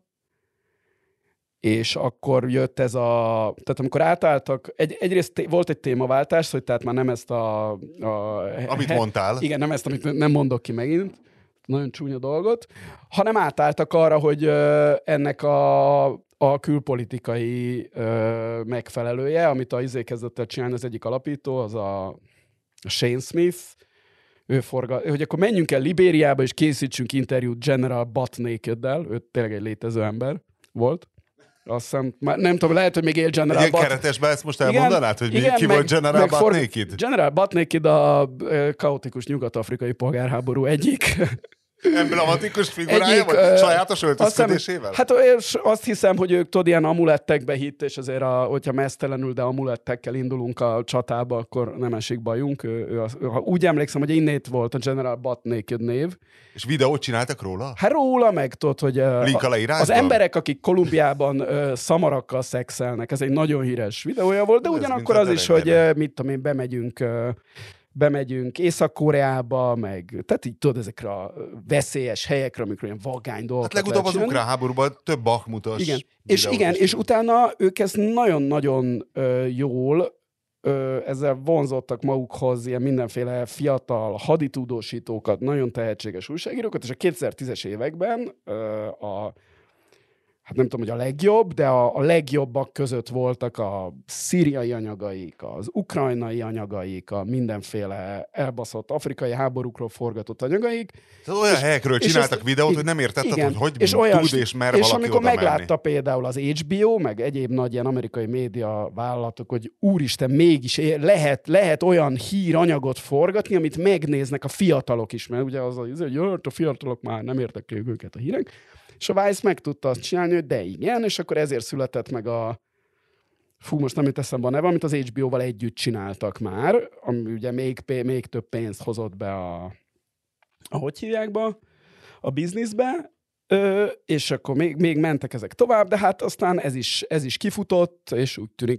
és akkor jött ez tehát amikor átálltak, egyrészt volt egy témaváltás, hogy tehát már nem ezt amit mondtál. Igen, nem ezt, amit nem mondok ki megint, nagyon csúnya dolgot, hanem átálltak arra, hogy ennek a külpolitikai megfelelője, amit a kezdett el csinálni az egyik alapító, az a Shane Smith, hogy akkor menjünk el Libériába, és készítsünk interjút General Butt Naked-del, ő tényleg egy létező ember volt. Azt hiszem, nem tudom, lehet, hogy még él General Butt. Ilyen keretesben ezt most elmondanád, hogy ki volt General Butt Naked? General Butt Naked a kaotikus nyugat-afrikai polgárháború egyik emblematikus figurája, vagy sajátos öltözködésével? Hát azt hiszem, hogy ők ilyen amulettekbe hitt, és azért, hogyha meztelenül, de amulettekkel indulunk a csatába, akkor nem esik bajunk. Úgy emlékszem, hogy innét volt a General Butt Naked név. És videót csináltak róla? Hát róla meg tudod, hogy az emberek, akik Kolumbiában szamarakkal szexelnek, ez egy nagyon híres videója volt, de ugyanakkor az is, hogy mit tudom én, bemegyünk Észak-Koreába, tehát így tudod, ezekre a veszélyes helyekre, amikor olyan vagány dolgokat hát legutóbb az ukrán háborúban több Bakhmutos. Igen, és utána ők ezt nagyon-nagyon jól ezzel vonzottak magukhoz ilyen mindenféle fiatal haditudósítókat, nagyon tehetséges újságírókat, és a 2010-es években hát nem tudom, hogy a legjobb, de a legjobbak között voltak a szíriai anyagaik, az ukrajnai anyagaik, a mindenféle elbaszott afrikai háborúkról forgatott anyagaik. Tehát olyan helyekről csináltak videót, hogy nem értetted, hogy és tud és mer valaki és amikor oda meglátta menni. például az HBO, meg egyéb nagy ilyen amerikai média vállalatok, hogy úristen, mégis lehet olyan híranyagot forgatni, amit megnéznek a fiatalok is, mert ugye az, hogy a fiatalok már nem értek őket a hírek. És a Vice meg tudta azt csinálni, hogy de igen, és akkor ezért született meg most nem jut eszembe a neve, amit az HBO-val együtt csináltak már, ami ugye még több pénzt hozott be hogy hívják be, a bizniszbe, és akkor még mentek ezek tovább, de hát aztán ez is kifutott, és úgy tűnik,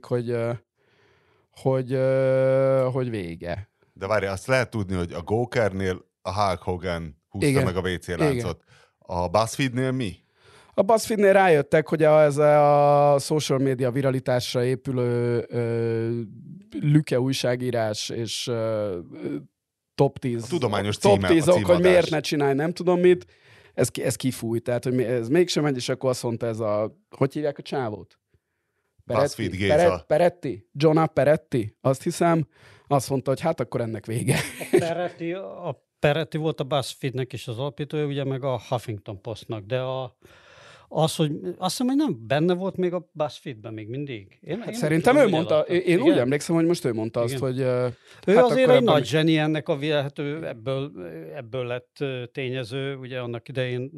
hogy vége. De várj, azt lehet tudni, hogy a Gawkernél a Hulk Hogan húzta meg a WC láncot. A BuzzFeednél mi? A BuzzFeednél rájöttek, hogy ez a social media viralitásra épülő lüke újságírás és top 10 a tudományos címe, top 10 hogy miért ne csinálj, nem tudom mit, ez kifújt, tehát hogy ez mégsem megy, és akkor azt mondta hogy hívják a csávót? BuzzFeed Géza. Peretti? John Peretti? Azt hiszem, azt mondta, hogy hát akkor ennek vége. Peretti volt a BuzzFeednek is az alapítója, ugye meg a Huffington Postnak, de azt hiszem, hogy nem benne volt még a BuzzFeedben még mindig. Szerintem ő mondta, én úgy emlékszem, hogy most ő mondta azt, hogy... Ő azért egy nagy zseni ennek a világhető, ebből lett tényező, ugye annak idején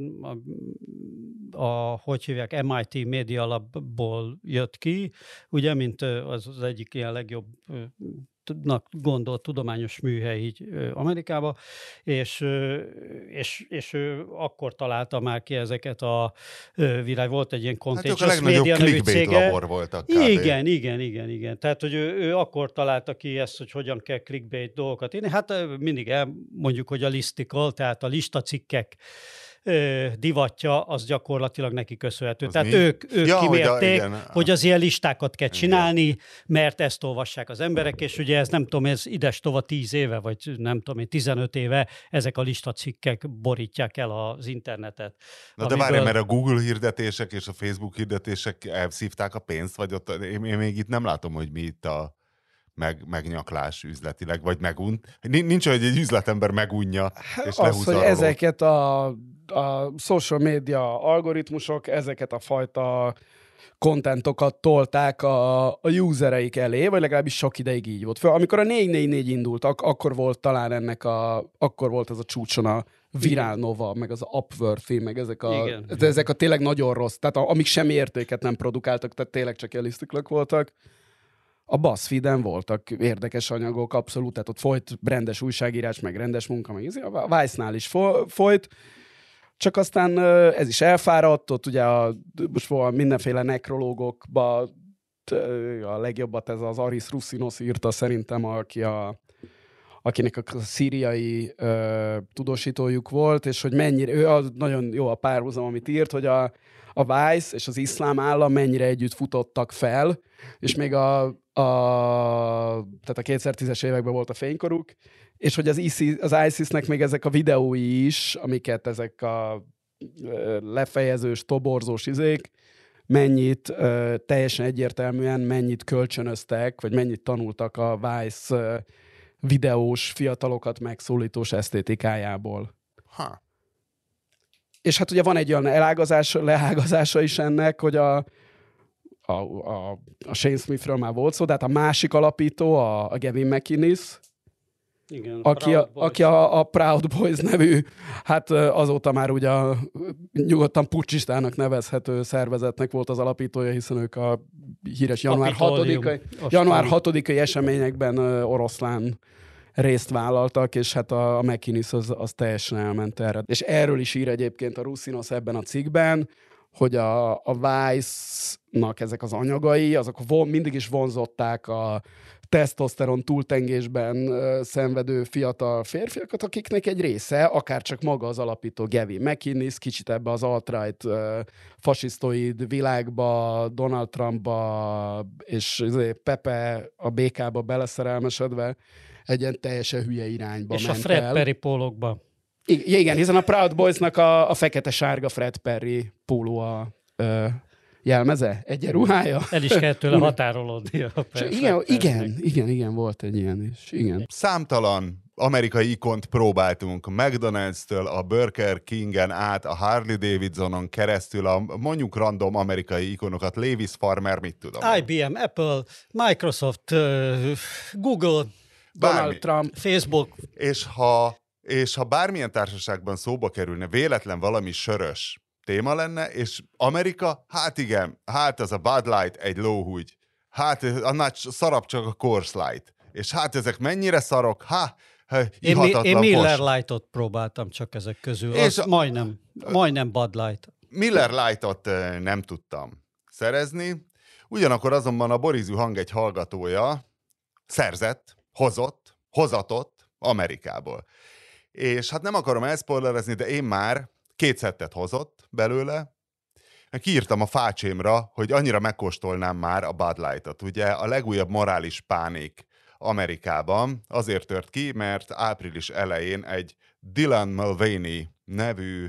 hogy hívják, MIT Media Labból jött ki, ugye, mint az egyik ilyen legjobb gondolt tudományos műhely így Amerikába, és ő akkor találta már ki ezeket a világ, volt egy ilyen Contagious Media nevű cége. Labor voltak. Igen. Tehát, hogy ő akkor találta ki ezt, hogy hogyan kell clickbait dolgokat írni. Hát mindig mondjuk, hogy a listicle, tehát a listacikkek divatja, az gyakorlatilag neki köszönhető. Tehát ők kimérték, hogy az ilyen listákat kell csinálni, mert ezt olvassák az emberek, és ugye ez nem tudom, ez idestova 10 éve, vagy nem tudom én, 15 éve ezek a listacikkek borítják el az internetet. Na de várj, mert a Google hirdetések és a Facebook hirdetések elszívták a pénzt, vagy ott én még itt nem látom, hogy mi itt a megnyaklás üzletileg, vagy megunt. Nincs, hogy egy üzletember megunja, és lehúzza hogy ezeket a social media algoritmusok, ezeket a fajta kontentokat tolták a usereik elé, vagy legalábbis sok ideig így volt. Amikor a 444 indult, akkor volt talán akkor volt ez a csúcson a Viral Nova, meg az Upworthy, meg ezek a tényleg nagyon rossz, tehát amik semmi értéket nem produkáltak, tehát tényleg csak elisztiklak voltak. A BuzzFeed-en voltak érdekes anyagok, abszolút, tehát ott folyt rendes újságírás, meg rendes munka, meg a Vice-nál is folyt, csak aztán ez is elfáradt, ott ugye most volt mindenféle nekrológokba, a legjobbat ez az Aris Russinos írta szerintem, akinek a szíriai tudósítójuk volt, és hogy mennyire, nagyon jó a párhuzam, amit írt, hogy a Vice és az iszlám állam mennyire együtt futottak fel, és még tehát a 2010-es években volt a fénykoruk, és hogy az ISIS-nek még ezek a videói is, amiket ezek a lefejezős, toborzós izék, mennyit teljesen egyértelműen mennyit kölcsönöztek, vagy mennyit tanultak a Vice videós, fiatalokat megszólítós esztétikájából. És hát ugye van egy olyan leágazása is ennek, hogy a Shane Smithről már volt szó, de hát a másik alapító, a Gavin McInnes, igen, aki a Proud Boys nevű, hát azóta már ugye nyugodtan puccsistának nevezhető szervezetnek volt az alapítója, hiszen ők a híres január 6-ai eseményekben oroszlán részt vállaltak, és hát a McInnes az teljesen elment erre. És erről is ír egyébként a Russinos ebben a cikkben, hogy a Vice-nak ezek az anyagai, azok mindig is vonzották a tesztoszteron túltengésben szenvedő fiatal férfiakat, akiknek egy része, akár csak maga az alapító Gavin McInnes, kicsit ebbe az alt-right fasisztoid világba, Donald Trumpba és Pepe a békába beleszerelmesedve egy ilyen teljesen hülye irányba és ment a Fred el. Perry pólókba. Igen, hiszen a Proud Boysnak a fekete-sárga Fred Perry póló a jelmeze, egyenruhája. El is kell tőle határolódni. Igen, volt egy ilyen is. Igen. Számtalan amerikai ikont próbáltunk, McDonald's-től a Burger King-en át, a Harley Davidsonon keresztül, a mondjuk random amerikai ikonokat, Levi's Farmer, mit tudom. IBM, Apple, Microsoft, Google, Donald Trump, Facebook. És ha bármilyen társaságban szóba kerülne, véletlen valami sörös téma lenne, és Amerika, hát igen, hát az a Bud Light egy lóhúgy, hát annál szarabb csak a Coors Light, és hát ezek mennyire szarok, Én Miller Lightot próbáltam csak ezek közül, és majdnem Bud Light. Miller Lightot nem tudtam szerezni, ugyanakkor azonban a Borizű Hang egy hallgatója hozatott Amerikából. És hát nem akarom elszpoilerezni, de én már 2 szettet hozott belőle. Kiírtam a fácsémra, hogy annyira megkóstolnám már a Bud Light-ot. Ugye a legújabb morális pánik Amerikában azért tört ki, mert április elején egy Dylan Mulvaney nevű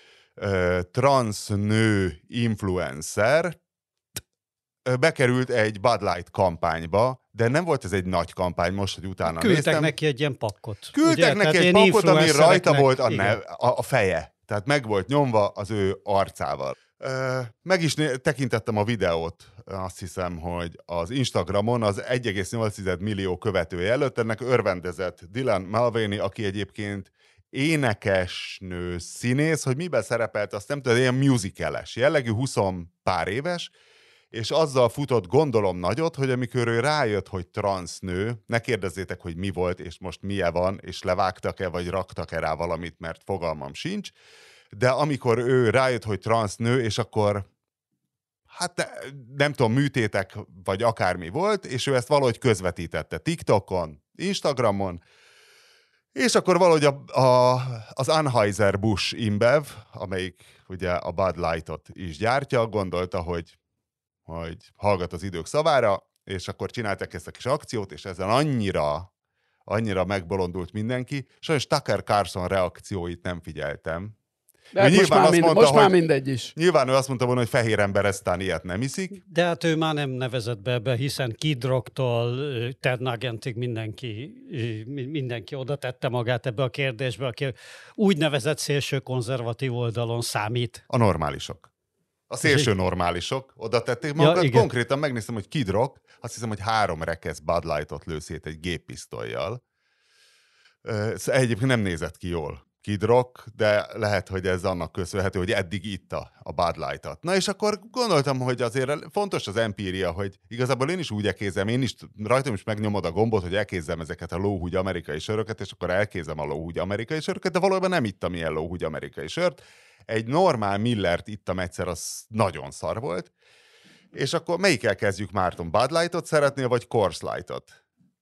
transznő influencer bekerült egy Bud Light kampányba, de nem volt ez egy nagy kampány, most, hogy utána Küldtek néztem. neki egy ilyen pakkot. Küldtek neki egy pakkot, ami rajta volt a feje. Tehát meg volt nyomva az ő arcával. Meg is tekintettem a videót, azt hiszem, hogy az Instagramon az 1,8 millió követője előtt ennek örvendezett Dylan Mulvaney, aki egyébként énekesnő, színész, hogy miben szerepelt, azt nem tudom, ilyen musical-es jellegű, 20 pár éves, és azzal futott, gondolom, nagyot, hogy amikor ő rájött, hogy transznő, ne kérdezzétek, hogy mi volt, és most milyen van, és levágtak-e, vagy raktak-e rá valamit, mert fogalmam sincs, de amikor ő rájött, hogy transznő, és akkor hát nem tudom, műtétek, vagy akármi volt, és ő ezt valahogy közvetítette TikTokon, Instagramon, És akkor valahogy az Anheuser-Busch InBev, amelyik ugye a Bud Light-ot is gyártja, gondolta, hogy hallgat az idők szavára, és akkor csinálták ezt a kis akciót, és ezzel annyira megbolondult mindenki. Sajnos Tucker Carlson reakcióit nem figyeltem. De hát most már mindegy is. Nyilván ő azt mondta volna, hogy fehér ember eztán ilyet nem iszik. De hát ő már nem nevezett be ebbe, hiszen Kid Rocktól Ted Nuggentig mindenki oda tette magát ebbe a kérdésbe, aki úgynevezett szélső konzervatív oldalon számít. A normálisok. A szélső normálisok oda tették magukat. Ja, konkrétan megnéztem, hogy Kid Rock, azt hiszem, hogy 3 rekesz Bud Light-ot lő szét egy géppisztollyal. Egyébként nem nézett ki jól Kid Rock, de lehet, hogy ez annak köszönhető, hogy eddig itta a Bud Light-ot. Na és akkor gondoltam, hogy azért fontos az empíria, hogy igazából én is úgy elkézem, rajtam is megnyomod a gombot, hogy elkézzem ezeket a lóhúgy amerikai söröket, és akkor elkézem a lóhúgy amerikai söröket, de valójában nem ittam ilyen lóhúgy amerikai sört. Egy normál Millert ittam egyszer, az nagyon szar volt. És akkor melyikkel kezdjük, Márton? Bud Light-ot szeretnél, vagy Coors Light-ot?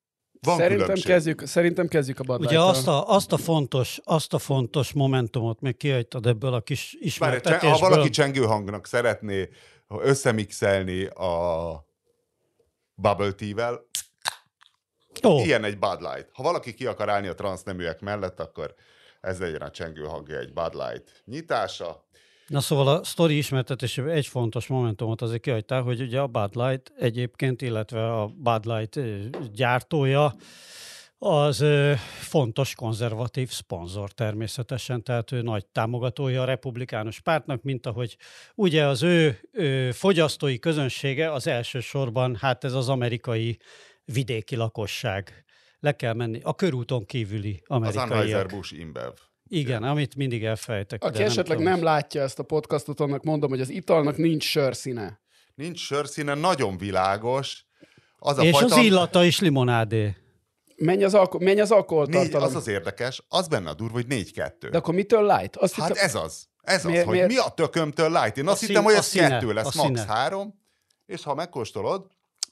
Szerintem kezdjük a Bud Ugye Light-tal. azt a fontos momentumot még kihagytad ebből a kis ismertetésből. Ha valaki csengő hangnak szeretné összemixelni a Bubble Tea-vel, ilyen egy Bud Light. Ha valaki ki akar állni a transzneműek mellett, akkor ez legyen a csengő hangja egy Bud Light nyitása. Na szóval a sztori ismertetésében egy fontos momentumot azért kihagytál, hogy ugye a Bud Light egyébként, illetve a Bud Light gyártója az fontos konzervatív szponzor természetesen, tehát ő nagy támogatója a republikánus pártnak, mint ahogy ugye az ő fogyasztói közönsége az elsősorban, hát ez az amerikai vidéki lakosság. Le kell menni a körúton kívüli amerikaiak. Az Anheuser-Busch InBev. Igen, amit mindig elfejtek. Aki esetleg nem látja ezt a podcastot, annak mondom, hogy az italnak nincs sörszíne. Nincs sörszíne, nagyon világos. És az illata is limonádé. Menj az alkoholtartalom. Az érdekes, az benne a durva, hogy 4-2. De akkor mitől light? Ez az, hogy mi a tökömtől light. Én azt hittem, hogy ez 2 lesz, max 3, és ha megkóstolod,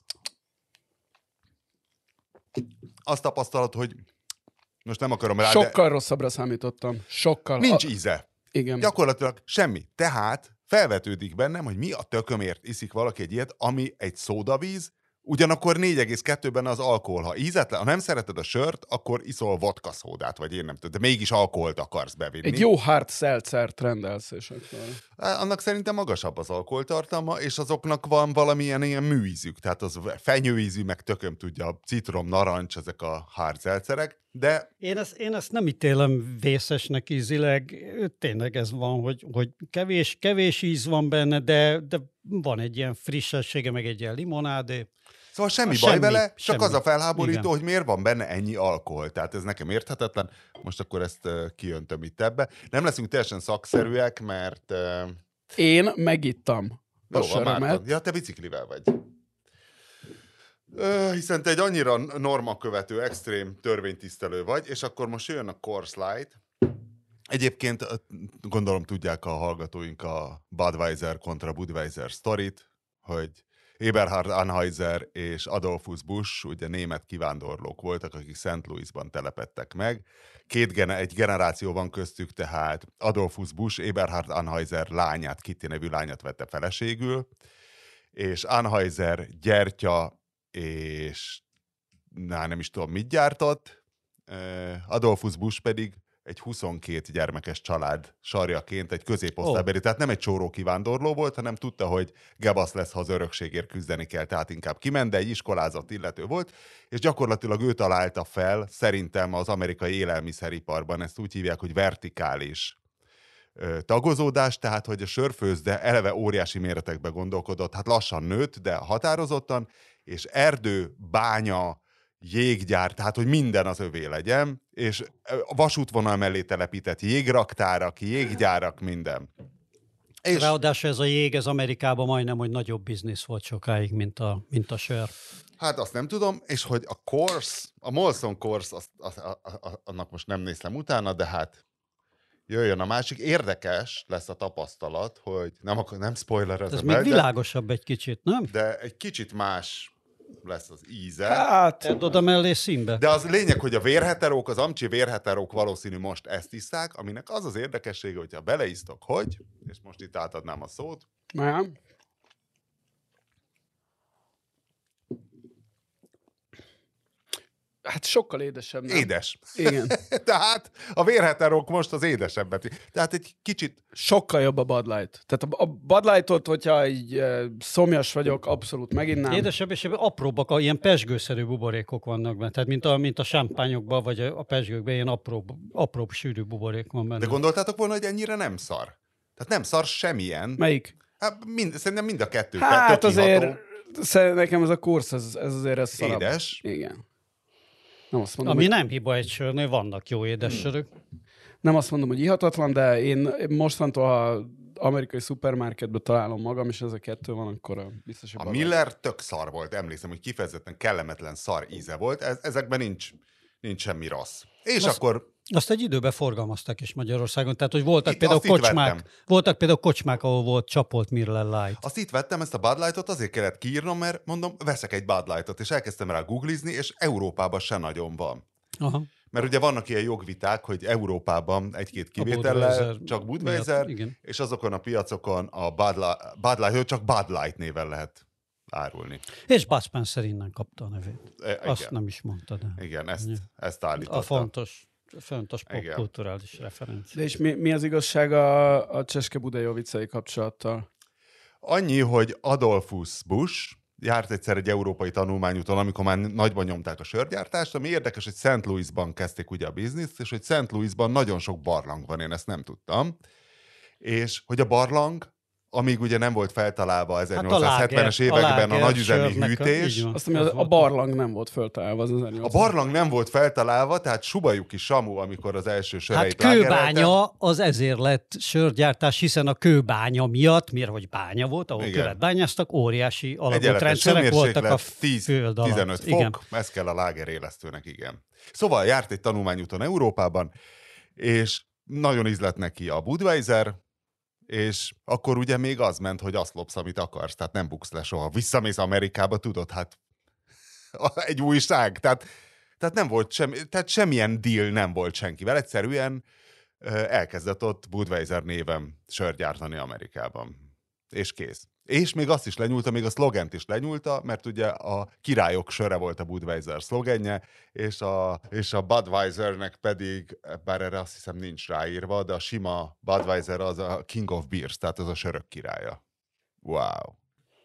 azt tapasztalod, hogy most nem akarom rá, sokkal rosszabbra számítottam. Sokkal. Nincs íze. Igen. Gyakorlatilag semmi. Tehát felvetődik bennem, hogy mi a tökömért iszik valaki egy ilyet, ami egy szódavíz, ugyanakkor 4,2-ben az alkohol. Ha ízetlen, ha nem szereted a sört, akkor iszol vodka szódát, vagy én nem tudom, de mégis alkoholt akarsz bevinni. Egy jó hard seltzert rendelsz, és akkor... Annak szerintem magasabb az alkoholtartalma, és azoknak van valamilyen ilyen műízük, tehát az fenyőízű, meg tököm tudja, citrom, narancs, ezek a hard seltzerek, de... Én ezt nem ítélem vészesnek ízileg, tényleg ez van, hogy kevés íz van benne, de van egy ilyen frissessége, meg egy ilyen limonádé. Szóval semmi baj vele, csak az a felháborító, igen, hogy miért van benne ennyi alkohol. Tehát ez nekem érthetetlen. Most akkor ezt kijöntöm itt ebbe. Nem leszünk teljesen szakszerűek, mert... Én megittam a sörömet. Ja, te biciklivel vagy. Hiszen te egy annyira normakövető, extrém törvénytisztelő vagy, és akkor most jön a Coors Light. Egyébként gondolom tudják a hallgatóink a Budweiser kontra Budweiser sztorit, hogy Eberhard Anheuser és Adolphus Busch, ugye német kivándorlók voltak, akik St. Louisban telepedtek meg. Egy generáció van köztük, tehát Adolphus Busch Eberhard Anheuser lányát, Kitty nevű lányát vette feleségül, és Anheuser gyertya, és nem is tudom mit gyártott, Adolphus Busch pedig egy 22 gyermekes család sarjaként egy középosztálybeli, tehát nem egy csóró kivándorló volt, hanem tudta, hogy gebasz lesz, ha az örökségért küzdeni kell, tehát inkább kiment, de egy iskolázott illető volt, és gyakorlatilag ő találta fel, szerintem az amerikai élelmiszeriparban ezt úgy hívják, hogy vertikális tagozódás, tehát hogy a sörfőzde eleve óriási méretekbe gondolkodott, hát lassan nőtt, de határozottan, és erdő, bánya, jéggyár, tehát hogy minden az övé legyen, és vasútvonal mellé telepített jégraktárak, jéggyárak, minden. És ráadásul ez a jég, ez Amerikában majdnem, hogy nagyobb biznisz volt sokáig, mint a sör. Hát azt nem tudom, és hogy a Coors, a Molson Coors, annak most nem néztem utána, de hát jöjjön a másik. Érdekes lesz a tapasztalat, hogy nem spoilerezem. Ez még világosabb egy kicsit, nem? De egy kicsit más lesz az íze. Hát, tedd oda mellé színbe. De az lényeg, hogy a vérheterók, az amcsi vérheterók valószínű most ezt isszák, aminek az az érdekessége, hogyha beleisztok, hogy, és most itt átadnám a szót. nem. Hát sokkal édesebb, nem? Édes. Igen. Tehát a vérheterók most az édesebbet. Tehát egy kicsit... Sokkal jobb a Bud Light. Tehát a Bud Lightot, hogyha így szomjas vagyok, abszolút meginnám. Édesebb, és apróbbak, ilyen pezsgőszerű buborékok vannak benne. Tehát mint a sámpányokban, vagy a pezsgőkben ilyen apróbb sűrű buborék van benne. De gondoltátok volna, hogy ennyire nem szar? Tehát nem szar semmilyen. Melyik? Hát szerintem mind a kettő. Hát tök azért, iható. nekem ez a kursz, ez azért ez szarabb. Édes. Igen. Nem azt mondom, Ami hogy... nem hiba egy sörnél, vannak jó édes sörök. Nem azt mondom, hogy ihatatlan, de én mostantól, ha amerikai szupermarketben találom magam, és ez a kettő van, akkor biztos, hogy A Miller tök szar volt, emlékszem, hogy kifejezetten kellemetlen szar íze volt, ezekben nincs semmi rossz. És akkor... Azt egy időben forgalmazták is Magyarországon, tehát hogy voltak például kocsmák, ahol volt csapolt Miller Lite. Azt itt vettem, ezt a Bud Lightot, azért kellett kiírnom, mert mondom, veszek egy Bud Lightot, és elkezdtem rá googlizni, és Európában se nagyon van. Aha. Mert ugye vannak ilyen jogviták, hogy Európában egy-két kivétellel csak Budweiser, és azokon a piacokon a Bud Light csak Bud Light néven lehet árulni. És Bud Spencer innen kapta a nevét. Azt nem is mondta, de... Igen, ezt állította. A fontos popkulturális referencia. De és mi az igazság a Cseske Budajoviczai kapcsolattal? Annyi, hogy Adolphus Busch járt egyszer egy európai tanulmányúton, amikor már nagyban nyomták a sörgyártást, ami érdekes, hogy St. Louisban kezdték ugye a bizniszt, és hogy St. Louisban nagyon sok barlang van, én ezt nem tudtam. És hogy a barlang, amíg ugye nem volt feltalálva 1870-es években a nagyüzemi hűtés. Azt mondja, a barlang nem volt feltalálva az 1800. A barlang nem volt feltalálva, tehát Subajuki Samu, amikor az első söreit kőbánya az ezért lett sörgyártás, hiszen a kőbánya miatt, miért hogy bánya volt, ahol követ bányáztak, óriási alagutrendszerek voltak a föld alatt. 15 fok, igen. Ez kell a lágerélesztőnek, igen. Szóval járt egy tanulmányúton Európában, és nagyon ízlett neki a Budweiser, és akkor ugye még az ment, hogy azt lopsz, amit akarsz, tehát nem buksz le soha. Visszamész Amerikába, tudod, hát egy újság, tehát nem volt tehát semmilyen deal nem volt senkivel, egyszerűen elkezdett ott Budweiser néven sört gyártani Amerikában. És kész. És még azt is lenyúlta, még a szlogent is lenyúlta, mert ugye a királyok söre volt a Budweiser szlogenje, és a Budweisernek pedig, bár erre azt hiszem nincs ráírva, de a sima Budweiser az a King of Beers, tehát az a sörök királya. Wow.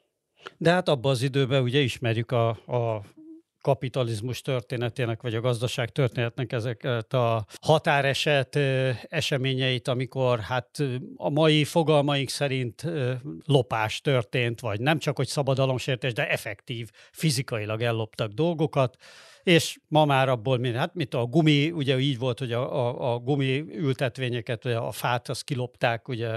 De hát abban az időben ugye ismerjük a kapitalizmus történetének, vagy a gazdaság történetnek ezeket a határeset eseményeit, amikor hát a mai fogalmaink szerint lopás történt, vagy nem csak, hogy szabadalomsértés, de effektív, fizikailag elloptak dolgokat, és ma már abból, hát a gumi, ugye így volt, hogy a gumi ültetvényeket, a fát azt kilopták, ugye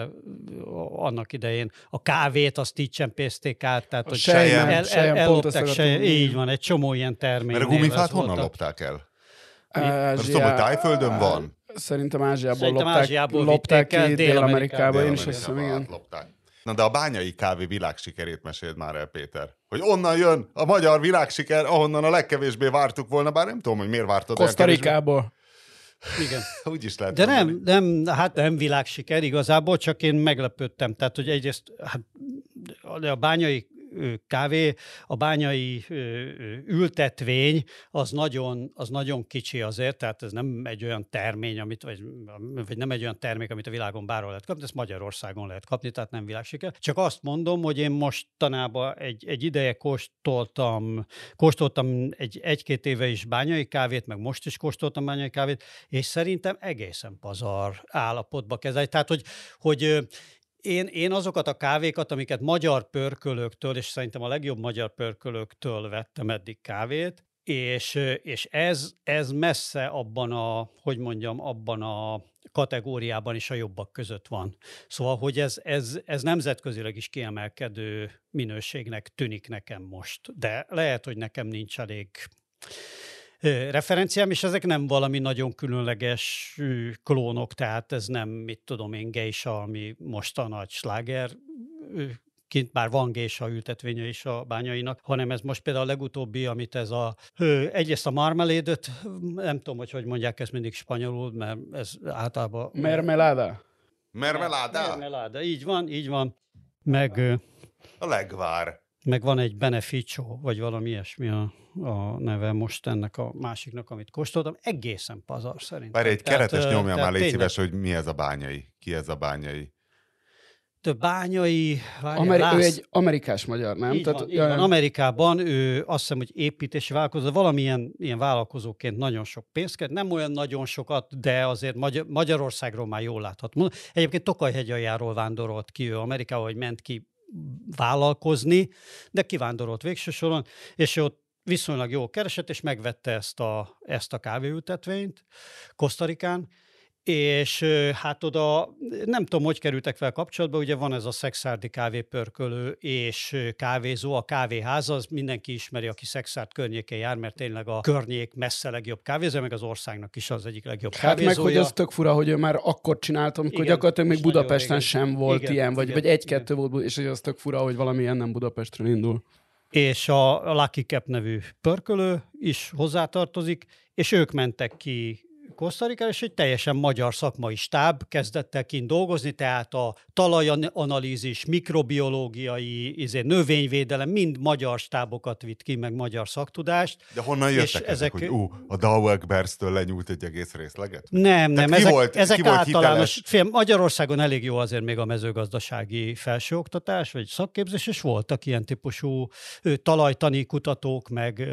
annak idején, a kávét azt így csempészték át, tehát hogy ellopták, így van, egy csomó ilyen termény. Mert a gumifát honnan lopták el? Azt tudom, hogy Tájföldön van. Szerintem Ázsiából lopták ki Dél-Amerikába, én is hiszem, igen. Na de a bányai kávé világsikerét meséld már el, Péter. Hogy onnan jön a magyar világsiker, ahonnan a legkevésbé vártuk volna, bár nem tudom, hogy miért vártad. Costa Ricából. Igen. Úgy is lehet. De nem világsiker igazából, csak én meglepődtem. Tehát, hogy egyrészt a bányai kávé, a bányai ültetvény az nagyon kicsi azért, tehát ez nem egy olyan termény, vagy nem egy olyan termék, amit a világon bárhol lehet kapni, ezt Magyarországon lehet kapni, tehát nem világsiker. Csak azt mondom, hogy én mostanában egy ideje kóstoltam egy-két éve is bányai kávét, meg most is kóstoltam bányai kávét, és szerintem egészen pazar állapotba kezd. Tehát, hogy én azokat a kávékat, amiket magyar pörkölőktől, és szerintem a legjobb magyar pörkölőktől vettem eddig kávét, és ez messze abban a kategóriában is a jobbak között van. Szóval, hogy ez nemzetközileg is kiemelkedő minőségnek tűnik nekem most. De lehet, hogy nekem nincs elég referenciám, és ezek nem valami nagyon különleges klónok, tehát ez nem, mit tudom én, geisha, ami most a nagy sláger kint, bár van gésa ültetvénye is a bányainak, hanem ez most például a legutóbbi, amit ez egyrészt a marmalade-öt, nem tudom, hogy mondják ezt mindig spanyolul, mert ez általában... Mermelada? Mermelada, így van. Meg... A legvár. Meg van egy beneficio, vagy valami ilyesmi a neve most ennek a másiknak, amit kóstoltam. Egészen pazar szerintem. Várj, egy keretes nyomja már, légy szíves, hogy mi ez a bányai. Ki ez a bányai? De bányai... Ő egy amerikás magyar, nem? Így van. Amerikában ő azt hiszem, hogy építési vállalkozó, valamilyen ilyen vállalkozóként nagyon sok pénzt kért, nem olyan nagyon sokat, de azért Magyarországról már jól látható. Egyébként Tokaj-hegyaljáról vándorolt ki ő Amerikába, hogy ment ki vállalkozni, de kivándorolt végső soron, és ott viszonylag jól keresett, és megvette ezt a kávéültetvényt Kosztarikán, és hát oda nem tudom, hogy kerültek fel kapcsolatba, ugye van ez a Szekszárdi kávépörkölő és kávézó, a kávéház, az mindenki ismeri, aki Szekszárd környéken jár, mert tényleg a környék messze legjobb kávézó, meg az országnak is az egyik legjobb kávézója. Hát meg, hogy az tök fura, hogy ő már akkor csináltam, amikor gyakorlatilag még Budapesten sem volt ilyen, vagy egy-kettő volt, és az tök fura, hogy valamilyen nem Budapestről indul. És a Lucky Cap nevű pörkölő is hozzátartozik, és ők mentek ki Kosztarikára, és egy teljesen magyar szakmai stáb kezdett el kint dolgozni, tehát a talajanalízis, mikrobiológiai, növényvédelem, mind magyar stábokat vitt ki, meg magyar szaktudást. De honnan jöttek ezek, hogy a Dauerbergstől lenyúlt egy egész részleget? Nem, ezek általános. Magyarországon elég jó azért még a mezőgazdasági felsőoktatás, vagy szakképzés, és voltak ilyen típusú talajtani kutatók,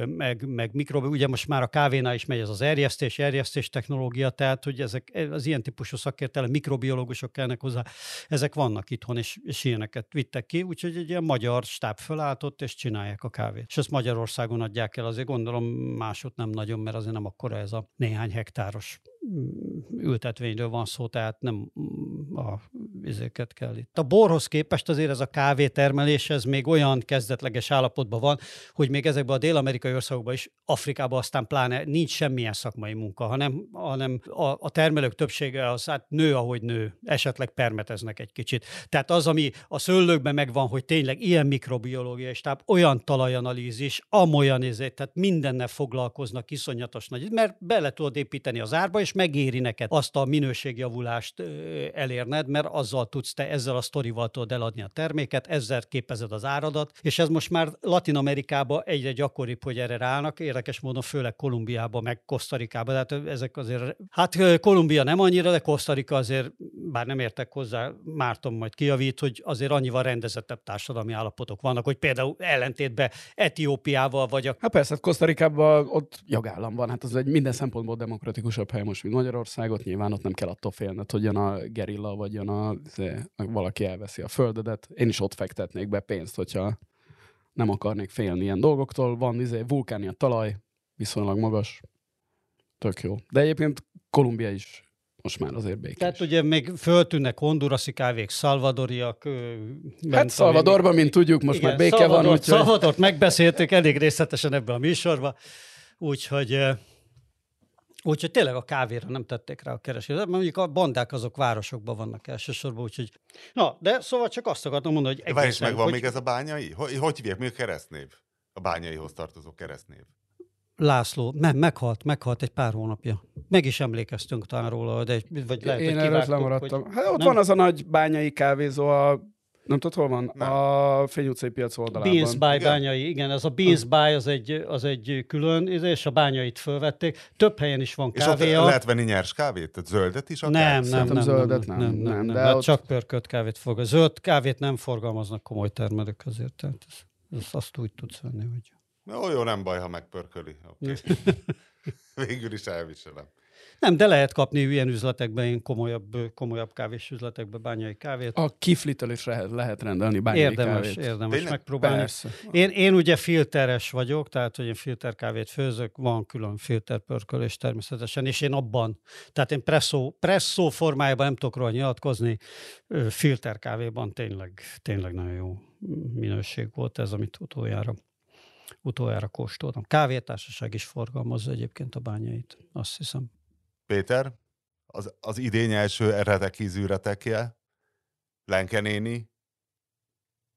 meg mikrobiológia. Ugye most már a kávénál is megy ez az erjesztés technológia, tehát hogy ezek az ilyen típusú szakértelem, mikrobiológusok kellnek hozzá, ezek vannak itthon, és ilyeneket vittek ki, úgyhogy egy ilyen magyar stáb fölálltott, és csinálják a kávét. És ezt Magyarországon adják el, azért gondolom másod nem nagyon, mert azért nem akkora ez a néhány hektáros ültetvényről van szó, tehát nem a vizéket kell itt. A borhoz képest azért ez a kávétermelés, ez még olyan kezdetleges állapotban van, hogy még ezekben a dél-amerikai országokban is, Afrikában aztán pláne nincs semmilyen szakmai munka, hanem a termelők többsége az hát nő, ahogy nő, esetleg permeteznek egy kicsit. Tehát az, ami a szőlőkben megvan, hogy tényleg ilyen mikrobiológia, és tehát olyan talajanalízis, amolyan tehát mindennel foglalkoznak iszonyatos nagy, mert bele tudod építeni az árba, és megéri neked azt a minőségjavulást elérned, mert azzal tudsz te, ezzel a sztorival tudod eladni a terméket, ezzel képezed az áradat, és ez most már Latin-Amerikában egyre gyakoribb, hogy erre ráállnak, érdekes módon főleg Kolumbiában, meg Kosztarikában, tehát ezek azért, hát Kolumbia nem annyira, de Kosztarika azért, bár nem értek hozzá, Márton majd kijavít, hogy azért annyival rendezettebb társadalmi állapotok vannak, hogy például ellentétben Etiópiával vagy Hát persze, Kosztarikában ott jogállam van, hát az egy minden szempontból demokratikusabb hely most, mint Magyarországot, nyilván ott nem kell attól félned, hogy jön a gerilla, vagy jön valaki elveszi a földedet. Én is ott fektetnék be pénzt, hogyha nem akarnék félni ilyen dolgoktól. Van vulkáni a talaj, viszonylag magas, tök jó. De egyébként Kolumbia is most már azért békés. Tehát ugye még föltűnnek hondurasi kávék, szalvadoriak. Hát Szalvadorban, mint tudjuk, most igen, már béke van. Úgyhogy... Szalvadort megbeszéltük elég részletesen ebben a műsorban, úgyhogy tényleg a kávéra nem tették rá a keresést. Mondjuk a bandák azok városokban vannak elsősorban, úgyhogy... Na, de szóval csak azt akartam mondani, hogy egészen... Várj, megvan még ez a bányai? Hogy hívják? Mi a keresztnév? A bányaihoz tartozó keresztnév. László, meghalt egy pár hónapja. Meg is emlékeztünk talán róla, de vagy lehet, én erről lemaradtam. Hogy... Hát ott nem? Van az a nagy bányai kávézó, nem tudod, hol van? Nem. A Fény utcai piac oldalában. Beans by bányai, igen, ez a Beans by az egy külön, és a bányait fölvették. Több helyen is van kávéja. És ott lehet venni nyers kávét? Tehát zöldet is akár? Nem, zöldet nem. De ott... Csak pörkölt kávét forgalmaznak. Zöld kávét nem forgalmaznak komoly termelők azért, tehát azt úgy tudsz venni, hogy... Jó, nem baj, ha megpörköli. Okay. Végül is elviselem. Nem, de lehet kapni ilyen üzletekben, ilyen komolyabb kávés üzletekben bányai kávét. A Kiflitől is lehet rendelni bányai kávét. Érdemes megpróbálni. Én ugye filteres vagyok, tehát hogy én filterkávét főzök, van külön filterpörkölés természetesen, és én abban, tehát én presszó formájában nem tudok róla nyilatkozni, filterkávéban tényleg nagyon jó minőség volt ez, amit utoljára kóstoltam. Kávétársaság is forgalmazza egyébként a bányait, azt hiszem. Péter, az idény első retekízű retekje, Lenke néni?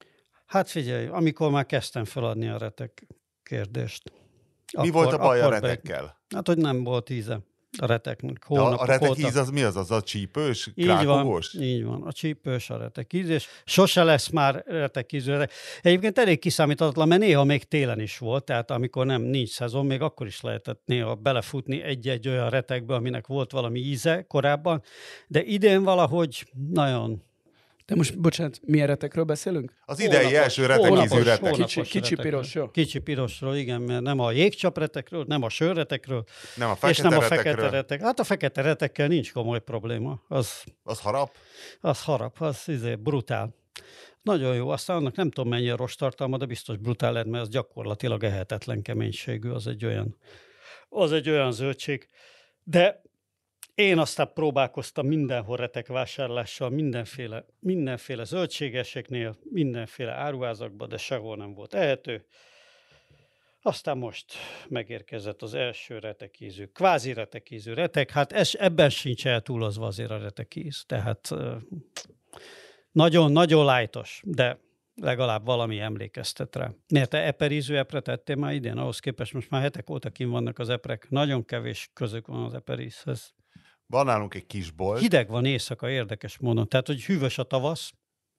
Hát figyelj, amikor már kezdtem feladni a retek kérdést. Mi volt a baj a retekkel? Hát, hogy nem volt íze a reteknek. A retek íz az mi az? Az a csípős, krákogós? Így van, a csípős a retek íz, és sose lesz már retek ízű. Egyébként elég kiszámíthatatlan, mert néha még télen is volt, tehát amikor nincs szezon, még akkor is lehetett néha belefutni egy-egy olyan retekbe, aminek volt valami íze korábban, de idén valahogy nagyon... De most, bocsánat, milyen retekről beszélünk? Az idei első retekízű retek. Kicsi piros, jó? Kicsi pirosról, igen, mert nem a jégcsap retekről, nem a sörretekről, nem a fekete és nem a retekről. fekete retek. Hát a fekete retekkel nincs komoly probléma. Az harap? Az harap, az brutál. Nagyon jó, aztán annak nem tudom mennyi a rosttartalma, de biztos brutál lett, mert az gyakorlatilag ehetetlen keménységű, az egy olyan zöldség. De én aztán próbálkoztam mindenhol retekvásárlással, mindenféle zöldségeseknél, mindenféle áruházakban, de sehol nem volt ehető. Aztán most megérkezett az első retekízű, kvázi retekízű retek, hát ebben sincs eltúlozva azért a retekíz, tehát nagyon-nagyon lájtos, de legalább valami emlékeztet rá. Te eperízű epre tettél már idén? Ahhoz képest most már hetek óta kint vannak az eprek. Nagyon kevés közük van az eperízhez. Van nálunk egy kis bolt. Hideg van éjszaka, érdekes módon. Tehát, hogy hűvös a tavasz.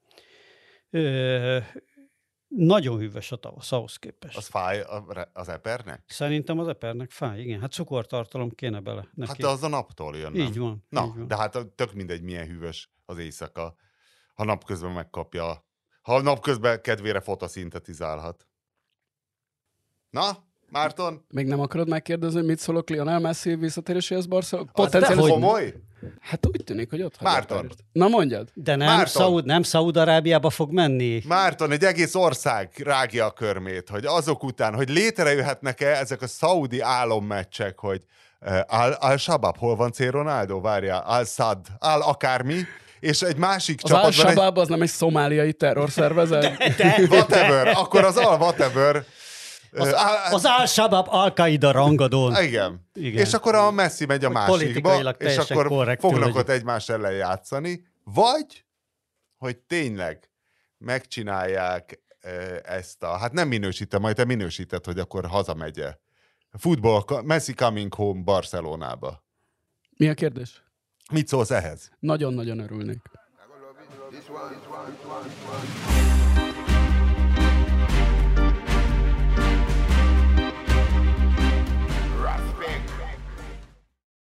Nagyon hűvös a tavasz ahhoz képest. Az fáj az epernek? Szerintem az epernek fáj, igen. Hát cukortartalom kéne bele neki. Hát de az a naptól jön, nem? Így van. Na, így van. de hát tök mindegy, milyen hűvös az éjszaka. Ha napközben megkapja. Ha napközben kedvére fotoszintetizálhat. Na, Márton? Még nem akarod megkérdezni, hogy mit szólok Lionel Messi visszatéréséhez Barcelona? Potenciális komoly? Hát úgy tűnik, hogy ott Márton. Na mondjad. De nem Szaúd-Arábiába fog menni? Márton, egy egész ország rágja a körmét, hogy azok után, hogy létrejöhetnek-e ezek a szaudi álommeccsek, hogy Al-Shabaab, hol van C. Ronaldo? Várjál, Al-Sad, Al-akármi, és egy másik az csapatban... Az Al-Shabaab az nem egy szomáliai terrorszervezet? Whatever, akkor az Al-Whatever... Az Al-Shabaab Al-Qaida rangadón. Igen. És akkor a Messi megy a másikba, és akkor fognak ott egymás ellen játszani. Vagy, hogy tényleg megcsinálják ezt a... Hát nem minősítem, majd te minősíted, hogy akkor hazamegye. Football, Messi coming home Barcelonába. Mi a kérdés? Mit szólsz ehhez? Nagyon-nagyon örülnék.